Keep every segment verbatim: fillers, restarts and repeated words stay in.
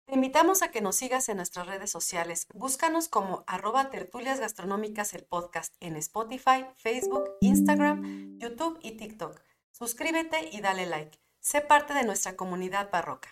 Te invitamos a que nos sigas en nuestras redes sociales. Búscanos como arroba tertulias gastronómicas el podcast en Spotify, Facebook, Instagram, YouTube y TikTok. Suscríbete y dale like. Sé parte de nuestra comunidad barroca.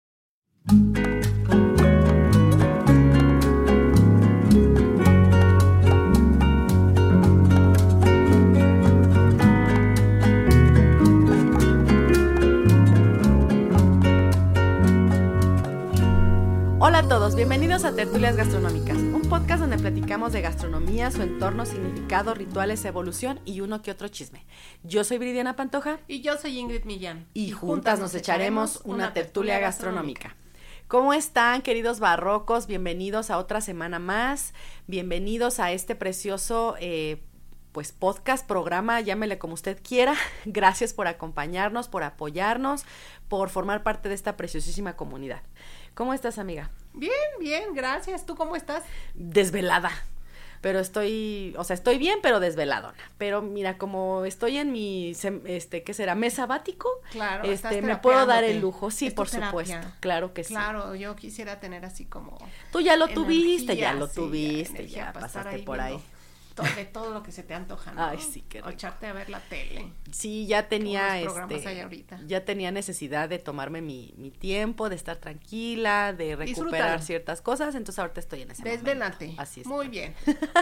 Hola a todos, bienvenidos a Tertulias Gastronómicas, un podcast donde platicamos de gastronomía, su entorno, significado, rituales, evolución y uno que otro chisme. Yo soy Viridiana Pantoja. Y yo soy Ingrid Millán. Y, y juntas, juntas nos echaremos una, una tertulia gastronómica. gastronómica. ¿Cómo están, queridos barrocos? Bienvenidos a otra semana más. Bienvenidos a este precioso eh, pues podcast, programa, llámele como usted quiera. Gracias por acompañarnos, por apoyarnos, por formar parte de esta preciosísima comunidad. ¿Cómo estás, amiga? Bien, bien, gracias. ¿Tú cómo estás? Desvelada, pero estoy, o sea, estoy bien, pero desveladona. Pero mira, como estoy en mi, este, ¿qué será? ¿Mes sabático? Claro, este, me puedo dar el lujo, sí, por supuesto. Claro que sí. Claro, yo quisiera tener así como... Tú ya lo tuviste, energía, ya lo sí, tuviste, ya pasaste por ahí. Todo, de todo lo que se te antoja, ¿no? Ay, sí, qué rico. O echarte a ver la tele. Sí, ya tenía este, hay ahorita. Ya tenía necesidad de tomarme mi, mi tiempo, de estar tranquila, de recuperar Disfrútalo. Ciertas cosas, entonces ahorita estoy en ese Desvélate. momento. Así es. Muy bien.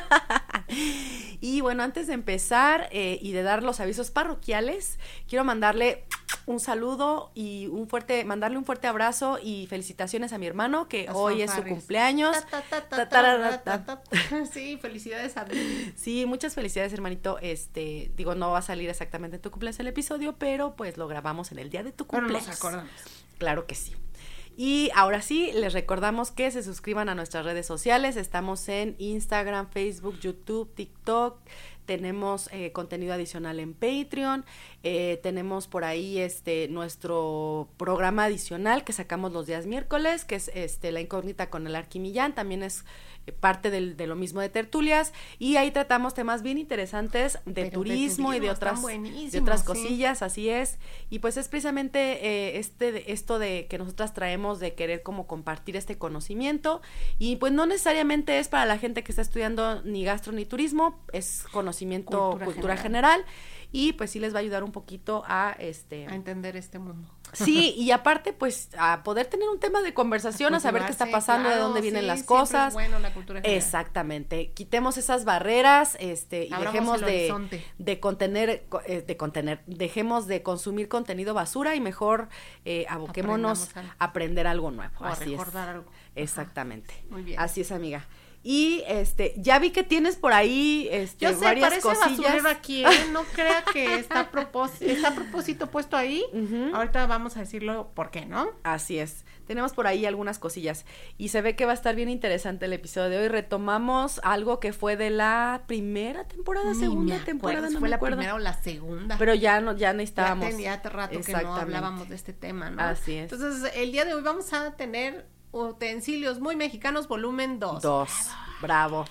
Y bueno, antes de empezar eh, y de dar los avisos parroquiales, quiero mandarle un saludo y un fuerte, mandarle un fuerte abrazo y felicitaciones a mi hermano, que Las hoy fanfarrias. Es su cumpleaños. Ta, ta, ta, ta, ta, ta, ta. Sí, felicidades a mí. Sí, muchas felicidades, hermanito. Este, digo, no va a salir exactamente en tu cumpleaños el episodio, pero pues lo grabamos en el día de tu cumpleaños. Pero nos acordamos. Claro que sí. Y ahora sí, les recordamos que se suscriban a nuestras redes sociales. Estamos en Instagram, Facebook, YouTube, TikTok. Tenemos eh, contenido adicional en Patreon. Eh, tenemos por ahí este nuestro programa adicional que sacamos los días miércoles, que es este La Incógnita con el Arqui Millán. También es parte del, de lo mismo de tertulias, y ahí tratamos temas bien interesantes de, Pero turismo, de turismo y de otras, de otras cosillas, sí. Así es, y pues es precisamente eh, este esto de que nosotras traemos de querer como compartir este conocimiento, y pues no necesariamente es para la gente que está estudiando ni gastro ni turismo, es conocimiento, cultura, cultura general. general, y pues sí les va a ayudar un poquito a este a entender este mundo. Sí, y aparte, pues, a poder tener un tema de conversación, a, a saber qué está pasando, claro, de dónde vienen sí, las cosas. Es bueno la cultura general. Exactamente. Quitemos esas barreras, este, y Abramos dejemos el de, horizonte. de contener, de contener, dejemos de consumir contenido basura y mejor eh, aboquémonos a aprender algo nuevo. O Así a recordar es. algo. Exactamente. Ajá. Muy bien. Así es, amiga. Y este, ya vi que tienes por ahí este, Yo sé, varias parece cosillas. basurero aquí, ¿eh? No crea que está a propósito, está a propósito puesto ahí. Uh-huh. Ahorita vamos a decirlo por qué, ¿no? Así es. Tenemos por ahí algunas cosillas y se ve que va a estar bien interesante el episodio de hoy. Retomamos algo que fue de la primera temporada, Ni segunda me temporada, si no fue me la acuerdo. primera o la segunda. Pero ya no, ya necesitábamos. Ya tenía rato que no hablábamos de este tema, ¿no? Así es. Entonces, el día de hoy vamos a tener utensilios muy mexicanos, volumen dos. Dos. Bravo.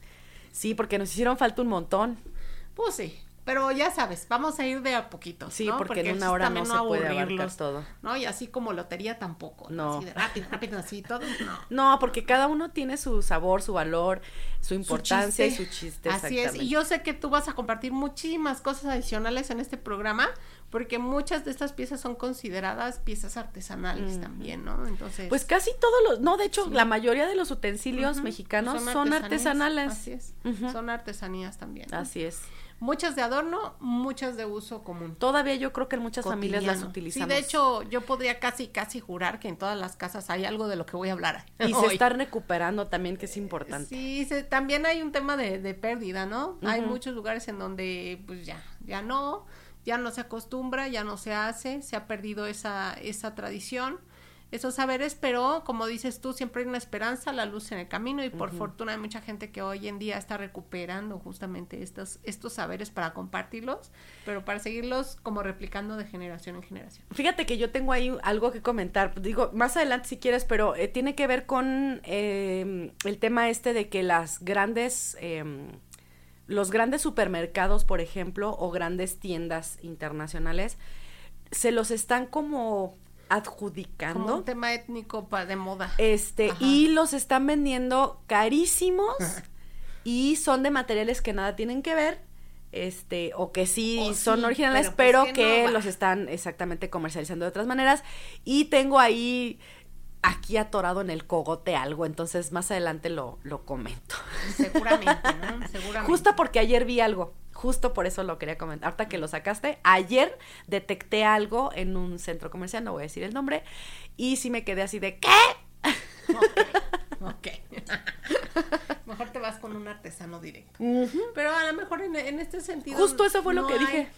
Sí, porque nos hicieron falta un montón. Pues sí, pero ya sabes, vamos a ir de a poquitos, sí, ¿no? porque, porque en una hora no, no se puede abarcar todo. No, y así como lotería tampoco. No. Así de rápido, rápido, así todo, no. No, porque cada uno tiene su sabor, su valor, su importancia su y su chiste. Así es, y yo sé que tú vas a compartir muchísimas cosas adicionales en este programa, porque muchas de estas piezas son consideradas piezas artesanales mm. también, ¿no? Entonces. Pues casi todos los, no, de hecho, sí. La mayoría de los utensilios uh-huh. mexicanos son, son artesanales. Así es, uh-huh. Son artesanías también, ¿no? Así es. Muchas de adorno, muchas de uso común. Todavía yo creo que en muchas cotidiano. Familias las utilizamos. Sí, de hecho, yo podría casi, casi jurar que en todas las casas hay algo de lo que voy a hablar. Y hoy. Se está recuperando también, que es importante. Sí, se, también hay un tema de, de pérdida, ¿no? Uh-huh. Hay muchos lugares en donde, pues ya, ya no, ya no se acostumbra, ya no se hace, se ha perdido esa, esa tradición. esos saberes, pero como dices tú, siempre hay una esperanza, la luz en el camino, y por uh-huh. fortuna hay mucha gente que hoy en día está recuperando justamente estos, estos saberes para compartirlos, pero para seguirlos como replicando de generación en generación. Fíjate que yo tengo ahí algo que comentar, digo, más adelante si quieres, pero eh, tiene que ver con eh, el tema este de que las grandes... Eh, los grandes supermercados, por ejemplo, o grandes tiendas internacionales, se los están como adjudicando. Como un tema étnico pa, de moda. Este, Ajá. y los están vendiendo carísimos y son de materiales que nada tienen que ver, este, o que sí o son sí, originales, pero, pues, pero que, que no los están exactamente comercializando de otras maneras. Y tengo ahí aquí atorado en el cogote algo, entonces más adelante lo, lo comento. Seguramente, ¿no? Seguramente. Justo porque ayer vi algo. Justo por eso lo quería comentar. Ahorita que lo sacaste, ayer detecté algo en un centro comercial, no voy a decir el nombre, y sí me quedé así de ¿qué? Ok, ok. Mejor te vas con un artesano directo. Uh-huh. Pero a lo mejor en, en este sentido... Justo eso fue no lo que hay, dije.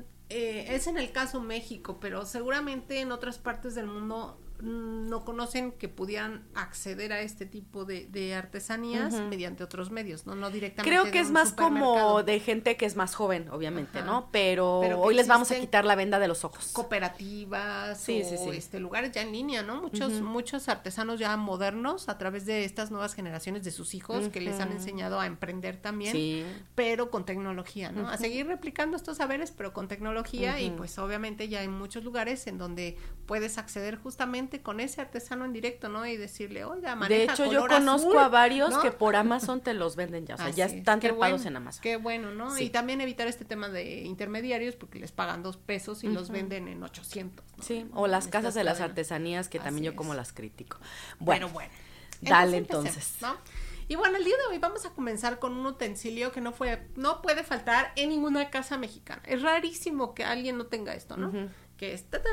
Eh, es en el caso México, pero seguramente en otras partes del mundo no conocen que pudieran acceder a este tipo de, de artesanías uh-huh. mediante otros medios, no no directamente. Creo que es más como de gente que es más joven, obviamente, Ajá. ¿no? Pero, Pero hoy les vamos a quitar la venda de los ojos. Cooperativas sí, o sí, sí. este lugares ya en línea, ¿no? Muchos uh-huh. muchos artesanos ya modernos a través de estas nuevas generaciones de sus hijos uh-huh. que les han enseñado a emprender también, sí. pero con tecnología, ¿no? Uh-huh. A seguir replicando estos saberes, pero con tecnología uh-huh. y pues obviamente ya hay muchos lugares en donde puedes acceder justamente con ese artesano en directo, ¿no? Y decirle, oiga, maneja de hecho color yo conozco azul, a varios ¿no? que por Amazon te los venden ya, o sea, Así ya están trepados bueno, en Amazon. Qué bueno, ¿no? Sí. Y también evitar este tema de intermediarios porque les pagan dos pesos y uh-huh. los venden en ochocientos, ¿no? Sí, o las casas de las artesanías que Así también yo es. como las critico. Bueno, Pero bueno. Dale entonces. ¿no? Y bueno, el día de hoy vamos a comenzar con un utensilio que no fue, no puede faltar en ninguna casa mexicana. Es rarísimo que alguien no tenga esto, ¿no? Uh-huh. Que es ¡tatán!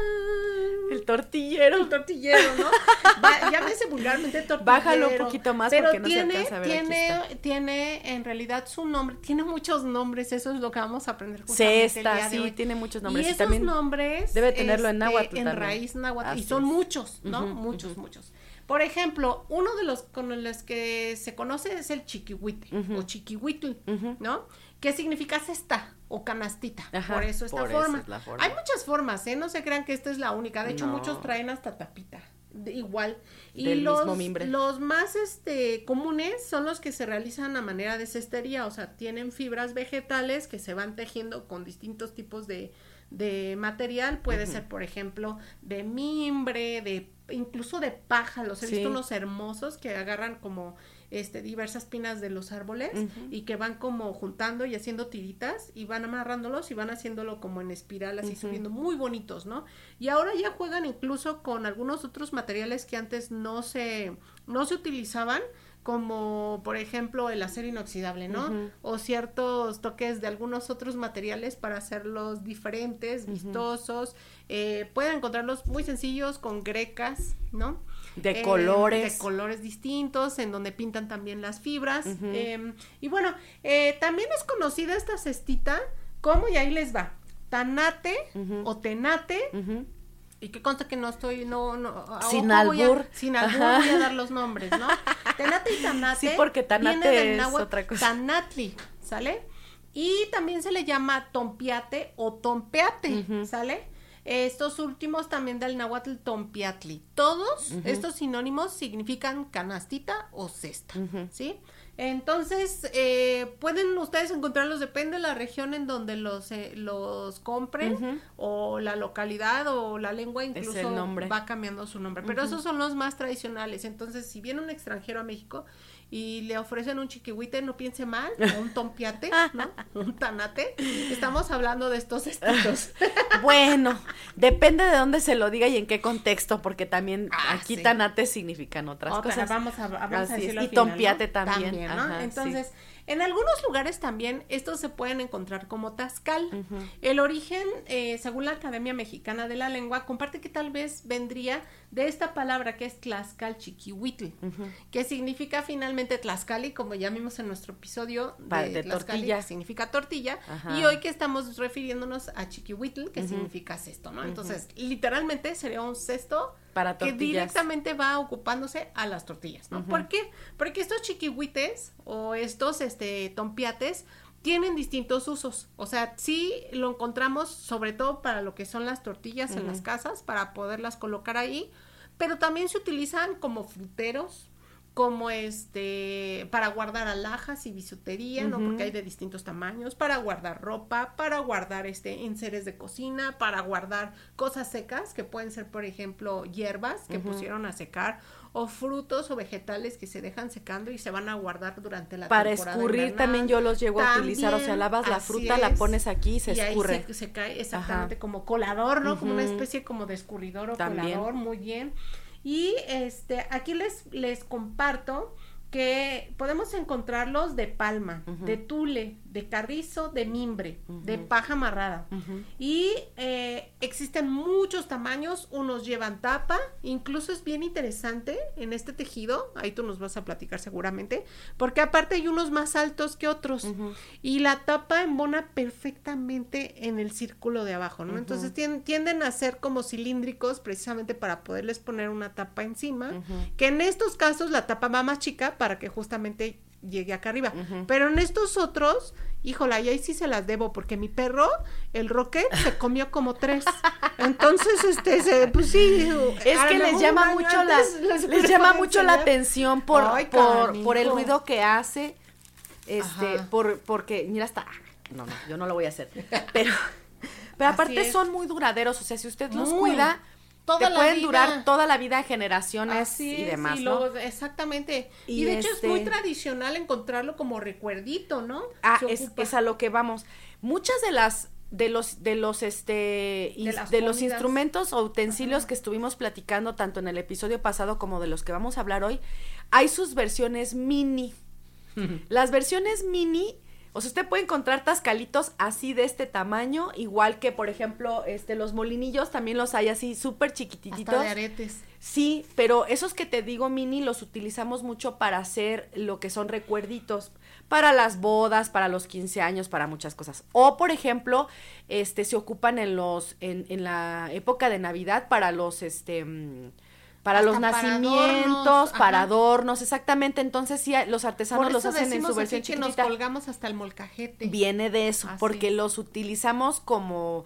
El tortillero. El tortillero, ¿no? Va, llámese vulgarmente tortillero. Bájalo un poquito más pero porque no tiene, se alcanza a ver. Tiene, aquí está. tiene en realidad su nombre, tiene muchos nombres, eso es lo que vamos a aprender justamente Cesta, el día de sí, hoy. tiene muchos nombres. Y esos también nombres debe tenerlo este, en náhuatl en también. raíz náhuatl, Así y son es. muchos, ¿no? Uh-huh, muchos, uh-huh. muchos. Por ejemplo, uno de los con los que se conoce es el chiquihuite uh-huh. o chiquihuitl, uh-huh. ¿no? ¿Qué significa cesta o canastita? Ajá, por eso esta por forma. Eso es la forma. Hay muchas formas, ¿eh? No se crean que esta es la única. De hecho, no. muchos traen hasta tapita. De, igual. Y Del los, mismo mimbre. los más este comunes son los que se realizan a manera de cestería, o sea, tienen fibras vegetales que se van tejiendo con distintos tipos de, de material. Puede uh-huh. ser, por ejemplo, de mimbre, de incluso de paja. Los he sí. visto unos hermosos que agarran como este diversas pinas de los árboles uh-huh. y que van como juntando y haciendo tiritas y van amarrándolos y van haciéndolo como en espiral así uh-huh. subiendo, muy bonitos, ¿no? Y ahora ya juegan incluso con algunos otros materiales que antes no se no se utilizaban, como por ejemplo el acero inoxidable, ¿no? Uh-huh. O ciertos toques de algunos otros materiales para hacerlos diferentes, uh-huh. vistosos. Eh, pueden encontrarlos muy sencillos con grecas, ¿no? De eh, colores. De colores distintos, en donde pintan también las fibras. Uh-huh. Eh, y bueno, eh, también es conocida esta cestita como, y ahí les va, tanate uh-huh. o tenate. Uh-huh. Y que consta que no estoy, no, no. Sin albur. A, sin albur Ajá. voy a dar los nombres, ¿no? Tenate y tanate. Sí, porque tanate es náhuatl, otra cosa. Tanatli, ¿sale? Y también se le llama tompiate o tompeate, uh-huh. ¿sale? Estos últimos también del náhuatl tompiatli. Todos uh-huh. estos sinónimos significan canastita o cesta, uh-huh. ¿sí? Entonces, eh, pueden ustedes encontrarlos, depende de la región en donde los eh, los compren, uh-huh. o la localidad o la lengua, incluso va cambiando su nombre. Pero uh-huh. esos son los más tradicionales. Entonces, si viene un extranjero a México y le ofrecen un chiquihuite, no piense mal, o un tompiate, ¿no? Un tanate. Estamos hablando de estos estilos. Bueno, depende de dónde se lo diga y en qué contexto, porque también ah, aquí sí. Tanate significan otras oh, cosas. Vamos a, vamos a decirlo Y al final, tompiate ¿no? también. también ¿no? Ajá, Entonces, sí. en algunos lugares también estos se pueden encontrar como tazcal. Uh-huh. El origen, eh, según la Academia Mexicana de la Lengua, comparte que tal vez vendría de esta palabra que es tlaxcal chiquihuitl, uh-huh. que significa finalmente tlaxcali, como ya vimos en nuestro episodio de, de tortilla, que significa tortilla, Ajá. y hoy que estamos refiriéndonos a chiquihuitl, que uh-huh. significa cesto, ¿no? Uh-huh. Entonces, literalmente sería un cesto para tortillas, que directamente va ocupándose a las tortillas, ¿no? Uh-huh. ¿Por qué? Porque estos chiquihuites o estos este tompiates tienen distintos usos, o sea, sí lo encontramos sobre todo para lo que son las tortillas uh-huh. en las casas, para poderlas colocar ahí, pero también se utilizan como fruteros, como este, para guardar alhajas y bisutería, uh-huh. ¿no? Porque hay de distintos tamaños, para guardar ropa, para guardar este enseres de cocina, para guardar cosas secas, que pueden ser, por ejemplo, hierbas que uh-huh. pusieron a secar, o frutos o vegetales que se dejan secando y se van a guardar durante la para temporada escurrir invernal. También yo los llego también, a utilizar, o sea, lavas la fruta, es. la pones aquí y se y escurre. Ahí se, se cae exactamente, ajá. como colador, ¿no? Uh-huh. Como una especie como de escurridor o también. colador, muy bien. Y este, aquí les, les comparto que podemos encontrarlos de palma, uh-huh. de tule, de carrizo, de mimbre, uh-huh. de paja amarrada. Uh-huh. Y eh, existen muchos tamaños, unos llevan tapa, incluso es bien interesante en este tejido, ahí tú nos vas a platicar seguramente, porque aparte hay unos más altos que otros, uh-huh. y la tapa embona perfectamente en el círculo de abajo, ¿no? Uh-huh. Entonces tienden, tienden a ser como cilíndricos precisamente para poderles poner una tapa encima, uh-huh. que en estos casos la tapa va más chica para que justamente llegue acá arriba, uh-huh. pero en estos otros, híjola, y ahí sí se las debo, porque mi perro, el Rocket, se comió como tres, entonces, este, se, pues sí, es que les llama mucho la, les, les llama mucho la atención por, Ay, por, por el ruido que hace, este, Ajá. por, porque, mira, hasta, no, no, yo no lo voy a hacer, pero, pero aparte son muy duraderos, o sea, si usted los muy. cuida, Toda te pueden vida. durar toda la vida, generaciones Así y demás, y ¿no? Luego, exactamente. Y, y de este... hecho es muy tradicional encontrarlo como recuerdito, ¿no? Ah, es, es a lo que vamos. Muchas de las de los de los este de, in, de los instrumentos o utensilios Ajá. que estuvimos platicando tanto en el episodio pasado como de los que vamos a hablar hoy, hay sus versiones mini. Las versiones mini, o sea, usted puede encontrar tascalitos así de este tamaño, igual que, por ejemplo, este, los molinillos también los hay así súper chiquititos. Hasta de aretes. Sí, pero esos que te digo mini los utilizamos mucho para hacer lo que son recuerditos, para las bodas, para los quince años, para muchas cosas. O, por ejemplo, este, se ocupan en los, en, en la época de Navidad para los, este... para Hasta los nacimientos, para adornos, para adornos, exactamente. Entonces sí, los artesanos los hacen en su versión chiquitita. Nos colgamos hasta el molcajete. Viene de eso, Así. porque los utilizamos como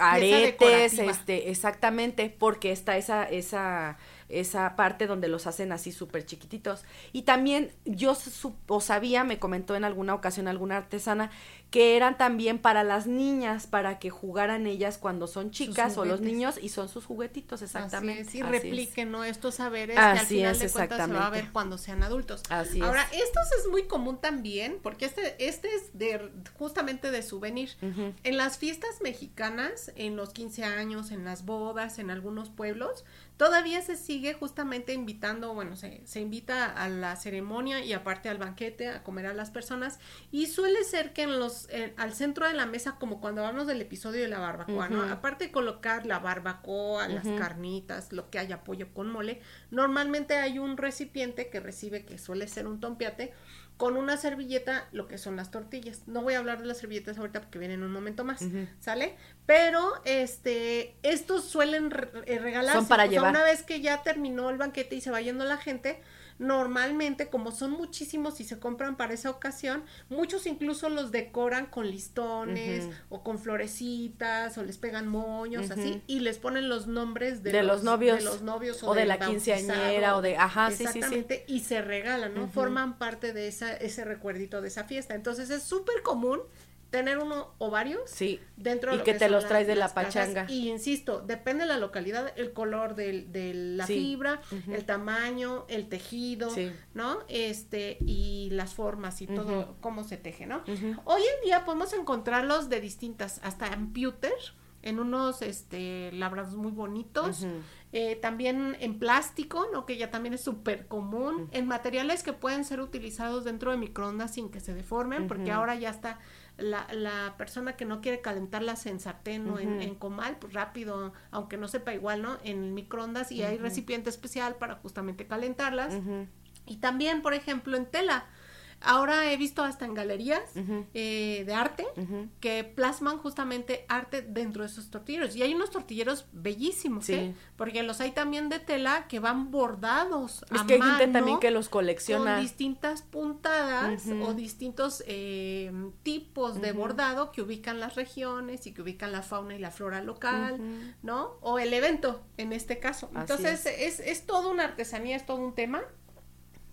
aretes, este, exactamente, porque está esa, esa, esa parte donde los hacen así súper chiquititos. Y también yo su, o sabía, me comentó en alguna ocasión alguna artesana, que eran también para las niñas, para que jugaran ellas cuando son chicas o los niños, y son sus juguetitos, exactamente. Así es, y así repliquen, es. ¿no? Estos saberes así que al final es, de cuentas se va a ver cuando sean adultos. Así Ahora, es. estos es muy común también, porque este, este es de, justamente de souvenir. Uh-huh. En las fiestas mexicanas, en los quince años, en las bodas, en algunos pueblos, todavía se sigue justamente invitando, bueno, se, se invita a la ceremonia y aparte al banquete, a comer a las personas, y suele ser que en los, eh, al centro de la mesa, como cuando hablamos del episodio de la barbacoa, uh-huh. ¿no? Aparte de colocar la barbacoa, uh-huh. las carnitas, lo que haya, pollo con mole, normalmente hay un recipiente que recibe, que suele ser un tompiate, con una servilleta, lo que son las tortillas. No voy a hablar de las servilletas ahorita porque vienen un momento más, uh-huh. ¿sale? Pero, este, estos suelen re- regalarse. Son para o sea, llevar. Una vez que ya terminó el banquete y se va yendo la gente, normalmente, como son muchísimos y se compran para esa ocasión, muchos incluso los decoran con listones, uh-huh. o con florecitas, o les pegan moños, uh-huh. así, y les ponen los nombres de, de los, los novios, de los novios o, o de la quinceañera, o de, ajá, sí, sí, sí. Exactamente, y se regalan, ¿no? Uh-huh. Forman parte de esa, ese recuerdito de esa fiesta. Entonces es súper común tener uno o varios sí. dentro de y lo que, que te son los la, traes de la casas. pachanga. Y insisto, depende de la localidad, el color de, de la sí. fibra, uh-huh. el tamaño, el tejido, sí. ¿no? Este, y las formas y uh-huh. todo, cómo se teje, ¿no? Uh-huh. Hoy en día podemos encontrarlos de distintas, hasta en pewter, en unos este labrados muy bonitos, uh-huh. eh, también en plástico, ¿no? Que ya también es súper común, uh-huh. en materiales que pueden ser utilizados dentro de microondas sin que se deformen, uh-huh. porque ahora ya está la, la persona que no quiere calentarlas en sartén uh-huh. o en, en comal, pues rápido, aunque no sepa igual, ¿no? En microondas y uh-huh. hay recipiente especial para justamente calentarlas, uh-huh. y también, por ejemplo, en tela. Ahora he visto hasta en galerías uh-huh. eh, de arte uh-huh. que plasman justamente arte dentro de esos tortilleros. Y hay unos tortilleros bellísimos, sí. ¿eh? Porque los hay también de tela que van bordados es a que hay mano. gente también que los colecciona. Con distintas puntadas uh-huh. o distintos eh, tipos uh-huh. de bordado que ubican las regiones y que ubican la fauna y la flora local, uh-huh. ¿no? O el evento, en este caso. Así Entonces, es. es, es toda una artesanía, es todo un tema.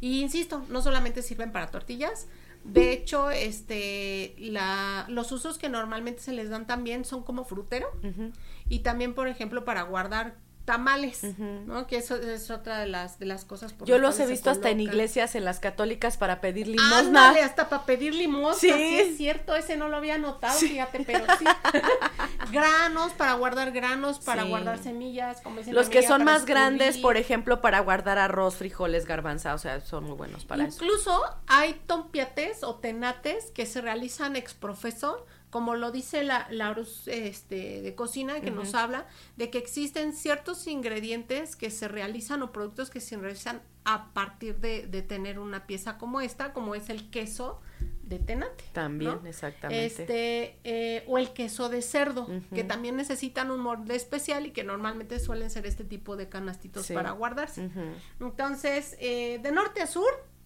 Y insisto, no solamente sirven para tortillas, de hecho, este, la, los usos que normalmente se les dan también son como frutero, uh-huh. y también, por ejemplo, para guardar tamales, uh-huh. ¿no? Que eso es otra de las de las cosas por yo los he visto hasta en iglesias, en las católicas, para pedir limosna. Ándale, hasta para pedir limosna, sí. sí es cierto, ese no lo había notado, sí. fíjate, pero sí. Granos, para guardar granos, para sí. guardar semillas, como los que son más escurrir. Grandes, por ejemplo, para guardar arroz, frijoles, garbanza, o sea, son muy buenos para Incluso, eso. Incluso hay tompiates o tenates que se realizan ex profeso, como lo dice la Laurus este, de cocina, que uh-huh. nos habla de que existen ciertos ingredientes que se realizan o productos que se realizan a partir de, de tener una pieza como esta, como es el queso de tenate. También, ¿no? exactamente. Este, eh, o el queso de cerdo, uh-huh. que también necesitan un molde especial y que normalmente suelen ser este tipo de canastitos sí. para guardarse. Uh-huh. Entonces, eh, de norte a sur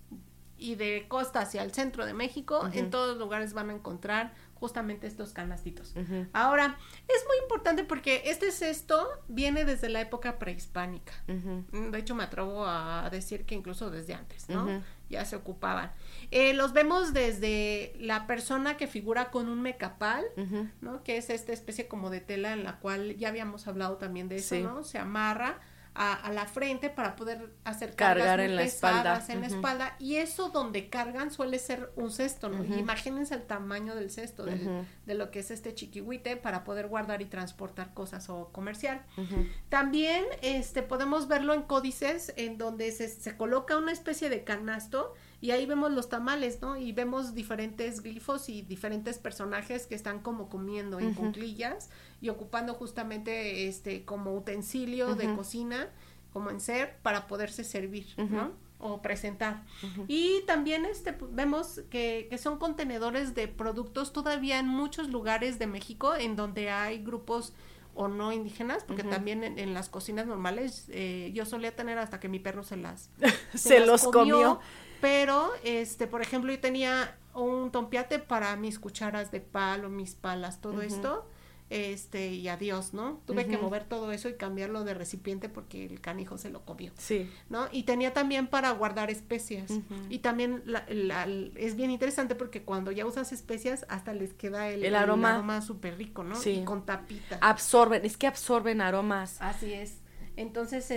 y de costa hacia el centro de México, uh-huh. en todos los lugares van a encontrar justamente estos canastitos. Uh-huh. Ahora, es muy importante porque este cesto viene desde la época prehispánica. Uh-huh. De hecho, me atrevo a decir que incluso desde antes, ¿no? Uh-huh. Ya se ocupaban. Eh, los vemos desde la persona que figura con un mecapal, uh-huh. ¿no? Que es esta especie como de tela en la cual ya habíamos hablado también de eso, sí. ¿no? Se amarra A, a la frente para poder hacer cargar en la espalda en uh-huh. la espalda, y eso donde cargan suele ser un cesto, ¿no? Uh-huh. Imagínense el tamaño del cesto, del, uh-huh. de lo que es este chiquihuite para poder guardar y transportar cosas o comerciar. Uh-huh. También este podemos verlo en códices en donde se, se coloca una especie de canasto y ahí vemos los tamales, ¿no? Y vemos diferentes glifos y diferentes personajes que están como comiendo en uh-huh. cuclillas y ocupando justamente este como utensilio uh-huh. de cocina, como en ser, para poderse servir, uh-huh. ¿no? O presentar. Uh-huh. Y también este vemos que, que son contenedores de productos todavía en muchos lugares de México en donde hay grupos o no indígenas, porque uh-huh. también en, en las cocinas normales eh, yo solía tener hasta que mi perro se las se, se las los comió, comió. Pero, este, por ejemplo, yo tenía un tompiate para mis cucharas de palo, mis palas, todo uh-huh. esto, este, y adiós, ¿no? Tuve uh-huh. que mover todo eso y cambiarlo de recipiente porque el canijo se lo comió, sí, ¿no? Y tenía también para guardar especias, uh-huh. y también la, la, es bien interesante porque cuando ya usas especias hasta les queda el, el aroma, el aroma súper rico, ¿no? Sí. Y con tapita. Absorben, es que absorben aromas. Así es. Entonces,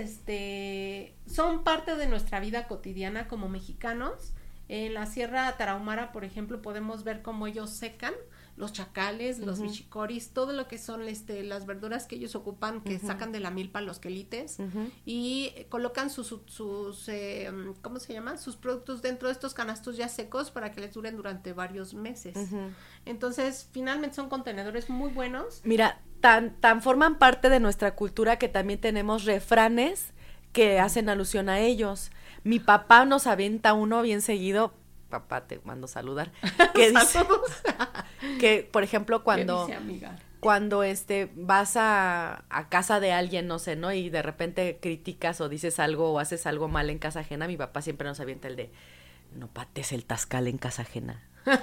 este, son parte de nuestra vida cotidiana como mexicanos. En la Sierra Tarahumara, por ejemplo, podemos ver cómo ellos secan los chacales, uh-huh. los michicoris, todo lo que son este las verduras que ellos ocupan, que uh-huh. sacan de la milpa, los quelites, uh-huh. y colocan sus, sus, sus eh, ¿cómo se llama? Sus productos dentro de estos canastos ya secos para que les duren durante varios meses. Uh-huh. Entonces, finalmente son contenedores muy buenos. Mira, tan, tan forman parte de nuestra cultura que también tenemos refranes que hacen alusión a ellos. Mi papá nos avienta uno bien seguido, papá, te mando saludar, que dice que, por ejemplo, cuando ¿Qué dice, amiga? Cuando este vas a, a casa de alguien, no sé, ¿no? Y de repente criticas o dices algo o haces algo mal en casa ajena, mi papá siempre nos avienta el de no pates el tascal en casa ajena.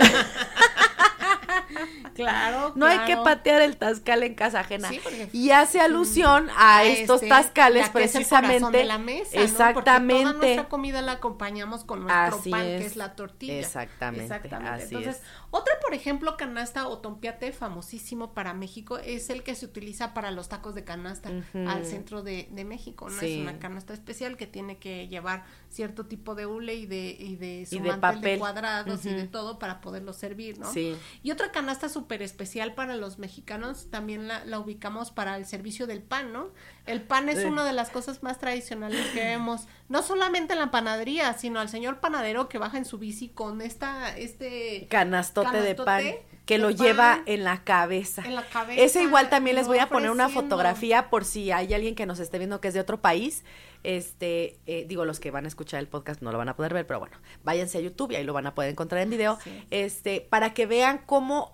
Claro, no claro. hay que patear el tascal en casa ajena. Sí, porque, y hace alusión a, a estos este, tascales precisamente. Es el de la mesa, exactamente. ¿no? Porque toda nuestra comida la acompañamos con nuestro así pan, es. Que es la tortilla. Exactamente. Exactamente. Así Entonces, es. otra, por ejemplo, canasta o tompiate famosísimo para México es el que se utiliza para los tacos de canasta uh-huh. al centro de, de México, ¿no? Sí. Es una canasta especial que tiene que llevar cierto tipo de hule y de, y de su y de mantel papel. de cuadrados uh-huh. y de todo para poderlo servir, ¿no? Sí. Y otra canasta súper especial para los mexicanos, también la, la ubicamos para el servicio del pan, ¿no? El pan es sí. una de las cosas más tradicionales que vemos, no solamente en la panadería, sino al señor panadero que baja en su bici con esta, este... Canastote, canastote de pan, que de lo pan, lleva en la cabeza. En la cabeza. Ese igual también les voy a poner una ofreciendo. fotografía por si hay alguien que nos esté viendo que es de otro país. Este, eh, digo, los que van a escuchar el podcast no lo van a poder ver, pero bueno, váyanse a YouTube y ahí lo van a poder encontrar en video. Sí. Este, para que vean cómo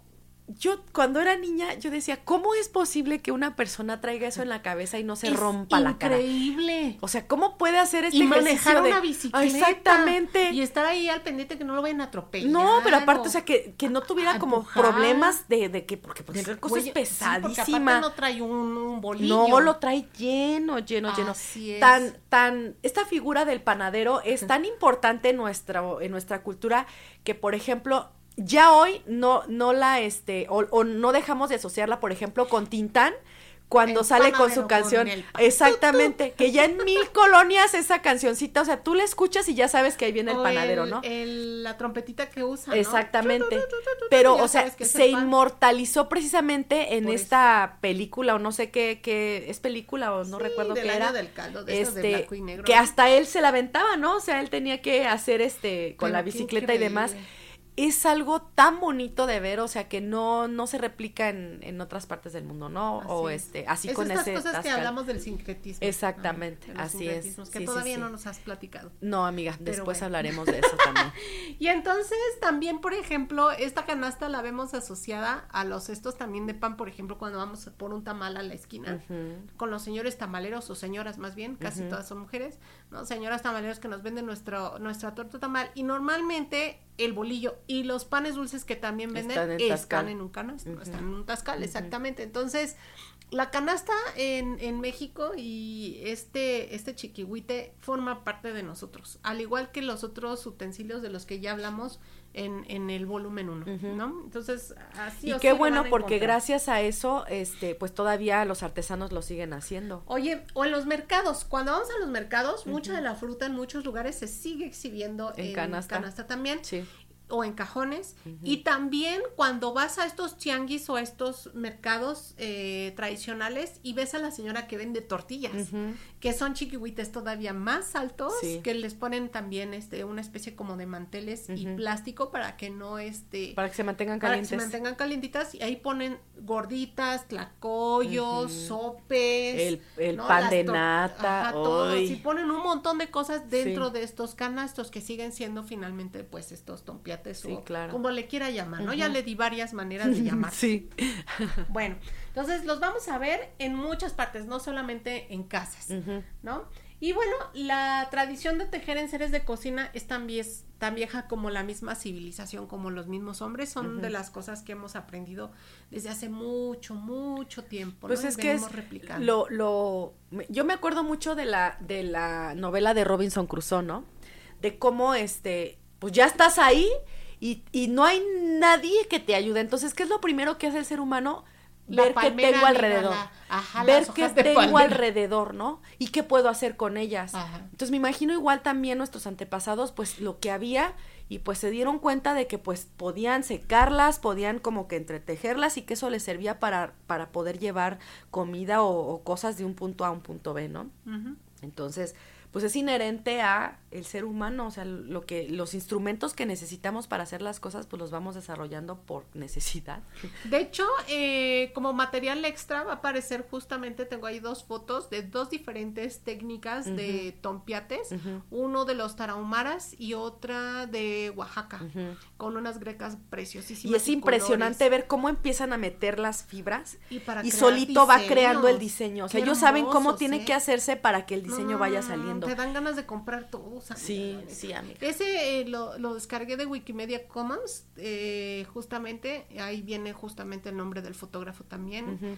yo cuando era niña, yo decía, ¿cómo es posible que una persona traiga eso en la cabeza y no se es rompa la cara? Increíble. O sea, ¿cómo puede hacer este y ejercicio manejar de... una bicicleta. Exactamente. Y estar ahí al pendiente que no lo vayan a atropellar. No, pero aparte, o sea, que, que no tuviera como empujar. problemas de, de que, porque pues Del cosas cuello. pesadísimas. Sí, porque aparte no trae un, un bolillo. No, lo trae lleno, lleno, lleno. Así es. Tan, tan, esta figura del panadero es tan importante en nuestra, en nuestra cultura que, por ejemplo, ya hoy no, no la, este, o, o no dejamos de asociarla, por ejemplo, con Tintán, cuando El sale con su panadero canción, con el pan. exactamente, que ya en mil colonias esa cancioncita, o sea, tú la escuchas y ya sabes que ahí viene el O panadero, el, ¿no? el- la trompetita que usa, ¿no? Exactamente, Tu, tu, tu, tu, tu, pero, ya o sea, sabes que es se el pan. inmortalizó precisamente en Por esta película, o no sé qué, qué, es película, o no Sí, recuerdo del qué año era, del caldo, de esas de este, blanco y negro, que ¿no? hasta él se la aventaba, ¿no? O sea, él tenía que hacer, este, con Pero la qué bicicleta y demás. increíble. Es algo tan bonito de ver, o sea, que no, no se replica en, en otras partes del mundo, ¿no? Así o es. este, así es con estas ese cosas que tascal. hablamos del sincretismo. Exactamente, ¿no? De los así es. sincretismos, que Sí, sí, todavía sí. no nos has platicado. No, amiga, Pero después bueno. hablaremos de eso también. Y entonces también, por ejemplo, esta canasta la vemos asociada a los cestos también de pan, por ejemplo, cuando vamos por un tamal a la esquina, Ujú. con los señores tamaleros o señoras más bien, casi Ujú. todas son mujeres, ¿no? Señoras tamaleros que nos venden nuestro, nuestra torta tamal y normalmente el bolillo y los panes dulces que también venden Están en están tascal. en un canasta, Ujú. están en un tascal, Ujú. exactamente. Entonces, la canasta en, en México y este, este chiquihuite forma parte de nosotros, al igual que los otros utensilios de los que ya hablamos en, en el volumen uno, Ujú. ¿no? Entonces, así Y o qué sí lo bueno, van a porque encontrar. gracias a eso, este, pues todavía los artesanos lo siguen haciendo. Oye, o en los mercados, cuando vamos a los mercados, mucha de la fruta en muchos lugares se sigue exhibiendo En en, canasta. canasta también. Sí. O en cajones. Ujú. Y también cuando vas a estos tianguis o a estos mercados eh, tradicionales y ves a la señora que vende tortillas, Ujú. que son chiquihuites todavía más altos, Sí. que les ponen también este una especie como de manteles y Ujú. plástico para que no este Para que se mantengan para que calientes. se mantengan calientitas y ahí ponen gorditas, tlacoyos, Ujú. sopes, El- el ¿no? pan Las de tor- nata, ajá, todo, ¡ay! y ponen un montón de cosas dentro Sí. de estos canastos que siguen siendo finalmente pues estos tompiates Sí, o claro. como le quiera llamar, ¿no? Ujú. Ya le di varias maneras de llamar. Sí. Bueno, entonces los vamos a ver en muchas partes, no solamente en casas, Ujú. ¿no? Y bueno, la tradición de tejer en seres de cocina es tan, vie- tan vieja como la misma civilización, como los mismos hombres, son Ujú. de las cosas que hemos aprendido desde hace mucho, mucho tiempo, Pues ¿no? es Y que es venimos replicando. lo, lo, me- yo me acuerdo mucho de la, de la novela de Robinson Crusoe, ¿no? De cómo, este, pues ya estás ahí y, y no hay nadie que te ayude. Entonces, ¿qué es lo primero que hace el ser humano? La Ver qué palmera, tengo amiga, alrededor. la- ajá, Ver las qué hojas de tengo palmera. alrededor, ¿no? Y qué puedo hacer con ellas. Ajá. Entonces, me imagino igual también nuestros antepasados, pues lo que había y pues se dieron cuenta de que pues podían secarlas, podían como que entretejerlas y que eso les servía para, para poder llevar comida o, o cosas de un punto A a un punto B, ¿no? Ujú. Entonces, pues es inherente a el ser humano, o sea, lo que los instrumentos que necesitamos para hacer las cosas, pues los vamos desarrollando por necesidad. De hecho, eh, como material extra va a aparecer justamente, tengo ahí dos fotos de dos diferentes técnicas de tompiates, Ujú. uno de los tarahumaras y otra de Oaxaca, Ujú. con unas grecas preciosísimas. Y es impresionante colores. ver cómo empiezan a meter las fibras Y, para y crear solito va diseños. creando el diseño. O sea, Qué ellos saben cómo hermosos, tiene ¿eh? que hacerse para que el No, diseño no, vaya no, saliendo. Te dan ganas de comprar todos. amiga, Sí, la neta. sí, amiga. Ese eh, lo, lo descargué de Wikimedia Commons, eh, justamente, ahí viene justamente el nombre del fotógrafo también, Ujú.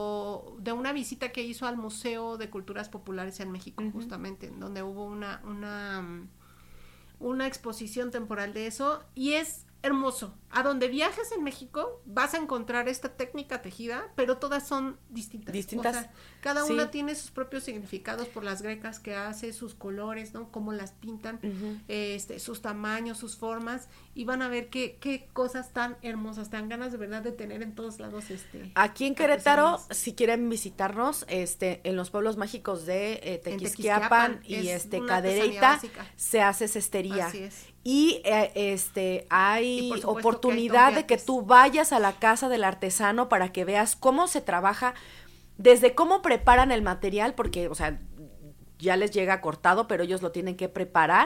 lo de una visita que hizo al Museo de Culturas Populares en México, Ujú. justamente, en donde hubo una, una, mm, una exposición temporal de eso, y es hermoso. A donde viajes en México vas a encontrar esta técnica tejida, pero todas son distintas. Distintas. O sea, cada Sí. una tiene sus propios significados por las grecas que hace, sus colores, ¿no? Cómo las pintan, Ujú. este, sus tamaños, sus formas, y van a ver qué, qué cosas tan hermosas, tan ganas de verdad de tener en todos lados, este. Aquí en Querétaro, artesanías. si quieren visitarnos, este, en los pueblos mágicos de eh, En Tequisquiapan Tequisquiapan y es este una artesanía Cadereyta, básica. se hace cestería. Así es. Y eh, este hay Y por supuesto que hay oportunidad de que tompiates. tú vayas a la casa del artesano para que veas cómo se trabaja, desde cómo preparan el material, porque, o sea, ya les llega cortado, pero ellos lo tienen que preparar.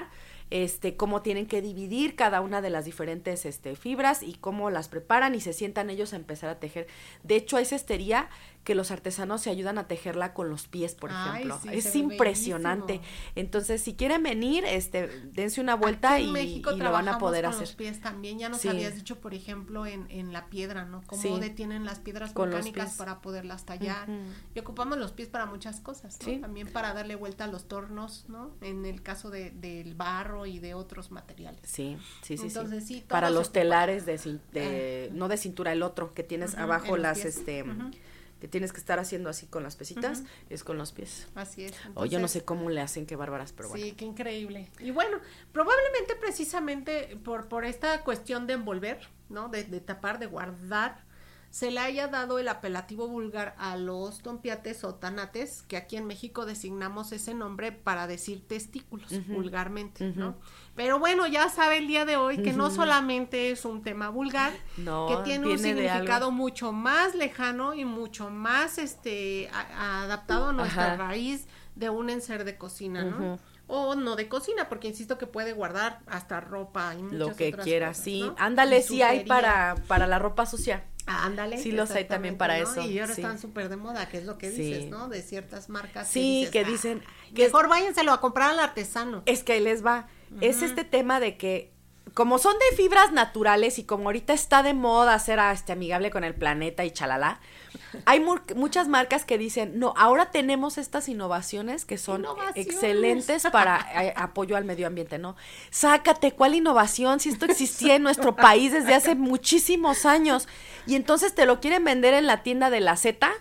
este, cómo tienen que dividir cada una de las diferentes este, fibras y cómo las preparan y se sientan ellos a empezar a tejer. De hecho, hay cestería que los artesanos se ayudan a tejerla con los pies, por Ay, ejemplo. sí, es se ve impresionante. bellísimo. Entonces, si quieren venir, este, dense una vuelta Aquí en y, México y lo van a trabajamos poder con hacer. los pies también. Ya nos Sí. habías dicho, por ejemplo, en, en la piedra, ¿no? Cómo Sí. detienen las piedras Con los volcánicas pies. para poderlas tallar. Ujú. Y ocupamos los pies para muchas cosas, ¿no? Sí. También para darle vuelta a los tornos, ¿no? En el caso de, del barro y de otros materiales. Sí, sí, sí, Entonces, sí. sí, todo Para se los ocupa. telares de, cin- de no de cintura, el otro que tienes Ujú, abajo en los las pies. este Ujú. que tienes que estar haciendo así con las pesitas, Ujú. es con los pies. Así es. O yo no Entonces, sé cómo le hacen, qué bárbaras, pero bueno. Sí, qué increíble. Y bueno, probablemente precisamente por, por esta cuestión de envolver, ¿no? De, de tapar, de guardar, se le haya dado el apelativo vulgar a los tompiates o tanates, que aquí en México designamos ese nombre para decir testículos, Ujú. vulgarmente, Ujú. ¿no? Pero bueno, ya sabe el día de hoy que no Ujú. solamente es un tema vulgar, No, que tiene un viene de significado algo. mucho más lejano y mucho más este a- a- adaptado a nuestra Ajá. raíz de un enser de cocina, ¿no? Ujú. O no de cocina, porque insisto que puede guardar hasta ropa y muchas Lo que otras quieras, cosas, sí. ¿no? Ándale, Y sí hay sujería. para para la ropa sucia. Ah, ándale. Sí los hay también para exactamente, ¿no? eso, Y ahora sí. están súper de moda, que es lo que Sí. dices, ¿no? De ciertas marcas. Sí, dices, que "Ah, dicen que es, mejor váyanselo a comprar al artesano. es que ahí les va. Es este tema de que como son de fibras naturales y como ahorita está de moda ser ah, este amigable con el planeta y chalala, hay mu- muchas marcas que dicen, no, ahora tenemos estas innovaciones que son Innovaciones. excelentes para eh, apoyo al medio ambiente, ¿no? Sácate, ¿cuál innovación? Si esto existía en nuestro país desde hace muchísimos años y entonces te lo quieren vender en la tienda de la Z,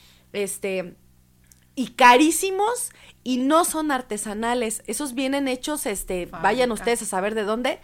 este, y carísimos y no son artesanales, esos vienen hechos, este, Fábrica. vayan ustedes a saber de dónde,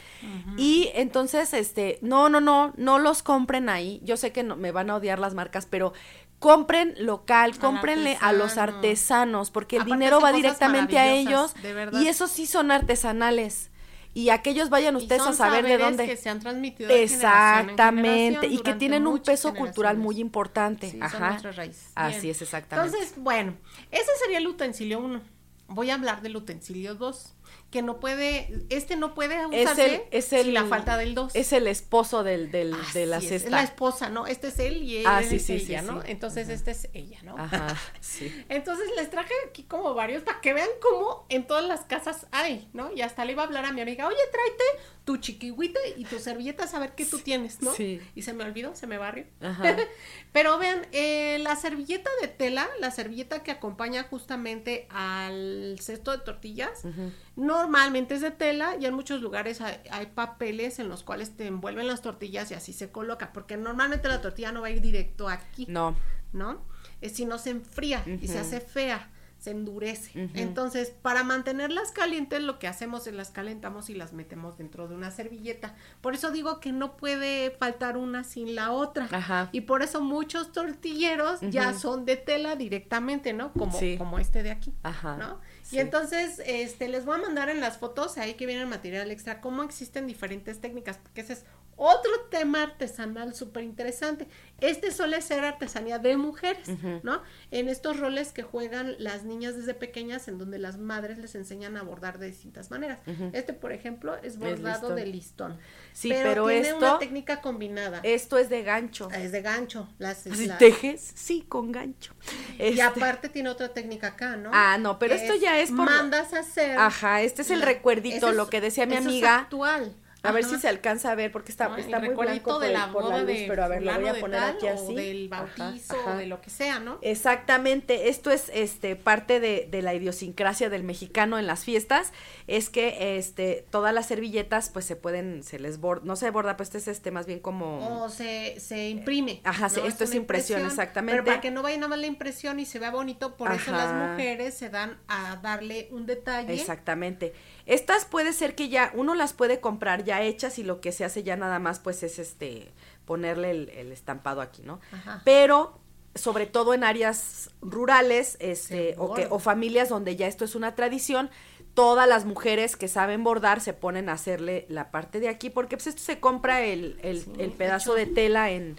y entonces, este, no, no, no, no los compren ahí, yo sé que no, me van a odiar las marcas, pero compren local, Al cómprenle a los artesano. artesanos, porque el Aparte dinero hacen va cosas directamente a ellos, maravillosas, de verdad. y esos sí son artesanales, y aquellos vayan Y ustedes a son saber de saberes dónde. que se han transmitido de generación en Exactamente, generación y que durante tienen un muchas peso cultural generaciones. muy importante. Sí, son Ajá. nuestras raíces. Así Bien. es, exactamente. Entonces, bueno, ese sería el utensilio uno. Voy a hablar del utensilio dos, que no puede, este no puede es usarse el, es el, sin la falta del dos. Es el esposo del, del, Así de la es, cesta. es la esposa, ¿no? Este es él y él Ah, es sí, sí, ella, sí, ¿no? sí. Entonces, Ajá. este es ella, ¿no? Ajá, sí. Entonces les traje aquí como varios para que vean cómo en todas las casas hay, ¿no? Y hasta le iba a hablar a mi amiga, oye, tráete tu chiquihuite y tu servilleta a ver qué tú tienes, ¿no? Sí. Y se me olvidó, se me barrió. Ajá. Pero vean, eh, la servilleta de tela, la servilleta que acompaña justamente al cesto de tortillas, Ujú. normalmente es de tela y en muchos lugares hay, hay papeles en los cuales te envuelven las tortillas y así se coloca, porque normalmente la tortilla no va a ir directo aquí, No. ¿no? Es si no se enfría y se Ujú. hace fea, se endurece. Ujú. Entonces, para mantenerlas calientes, lo que hacemos es las calentamos y las metemos dentro de una servilleta. Por eso digo que no puede faltar una sin la otra. Ajá. Y por eso muchos tortilleros ya Ujú. son de tela directamente, ¿no? Como, Sí. como este de aquí. Ajá. ¿No? Sí. Y entonces, este, les voy a mandar en las fotos, ahí que viene el material extra, cómo existen diferentes técnicas, porque ese es otro tema artesanal súper interesante. Este suele ser artesanía de mujeres, Ujú. ¿no? En estos roles que juegan las niñas desde pequeñas, en donde las madres les enseñan a bordar de distintas maneras. Ujú. Este, por ejemplo, es bordado listón. de listón. Sí, pero tiene esto- una técnica combinada. Esto es de gancho. Es de gancho. Las, ¿Si la- tejes? Sí, con gancho. Y Este- aparte tiene otra técnica acá, ¿no? Ah, no, pero Que esto ya es por- mandas a hacer. Ajá, este es el la- recuerdito, ese es- lo que decía mi eso es amiga. actual. A ver Ajá. si se alcanza a ver, porque está, ¿No? está El muy recuerdito blanco por, de el- la por la boda luz, de pero a ver, lo voy fulano a de poner tal, aquí así. o del Ajá, bautizo, ajá. o de lo que sea, ¿no? Exactamente, esto es este parte de, de la idiosincrasia del mexicano en las fiestas, es que este todas las servilletas pues se pueden, se les borda, no se borda, pues este es este más bien como... O se, se imprime. Ajá, se- esto es una impresión, exactamente. Pero para que no vaya nada más la impresión y se vea bonito, por eso Ajá. las mujeres se dan a darle un detalle. Exactamente. Estas puede ser que ya uno las puede comprar ya hechas y lo que se hace ya nada más pues es este ponerle el, el estampado aquí, ¿no? Ajá. Pero sobre todo en áreas rurales, este, Se o que, borda. o familias donde ya esto es una tradición, todas las mujeres que saben bordar se ponen a hacerle la parte de aquí, porque pues esto se compra el, el, Sí, el de pedazo hecho. de tela en,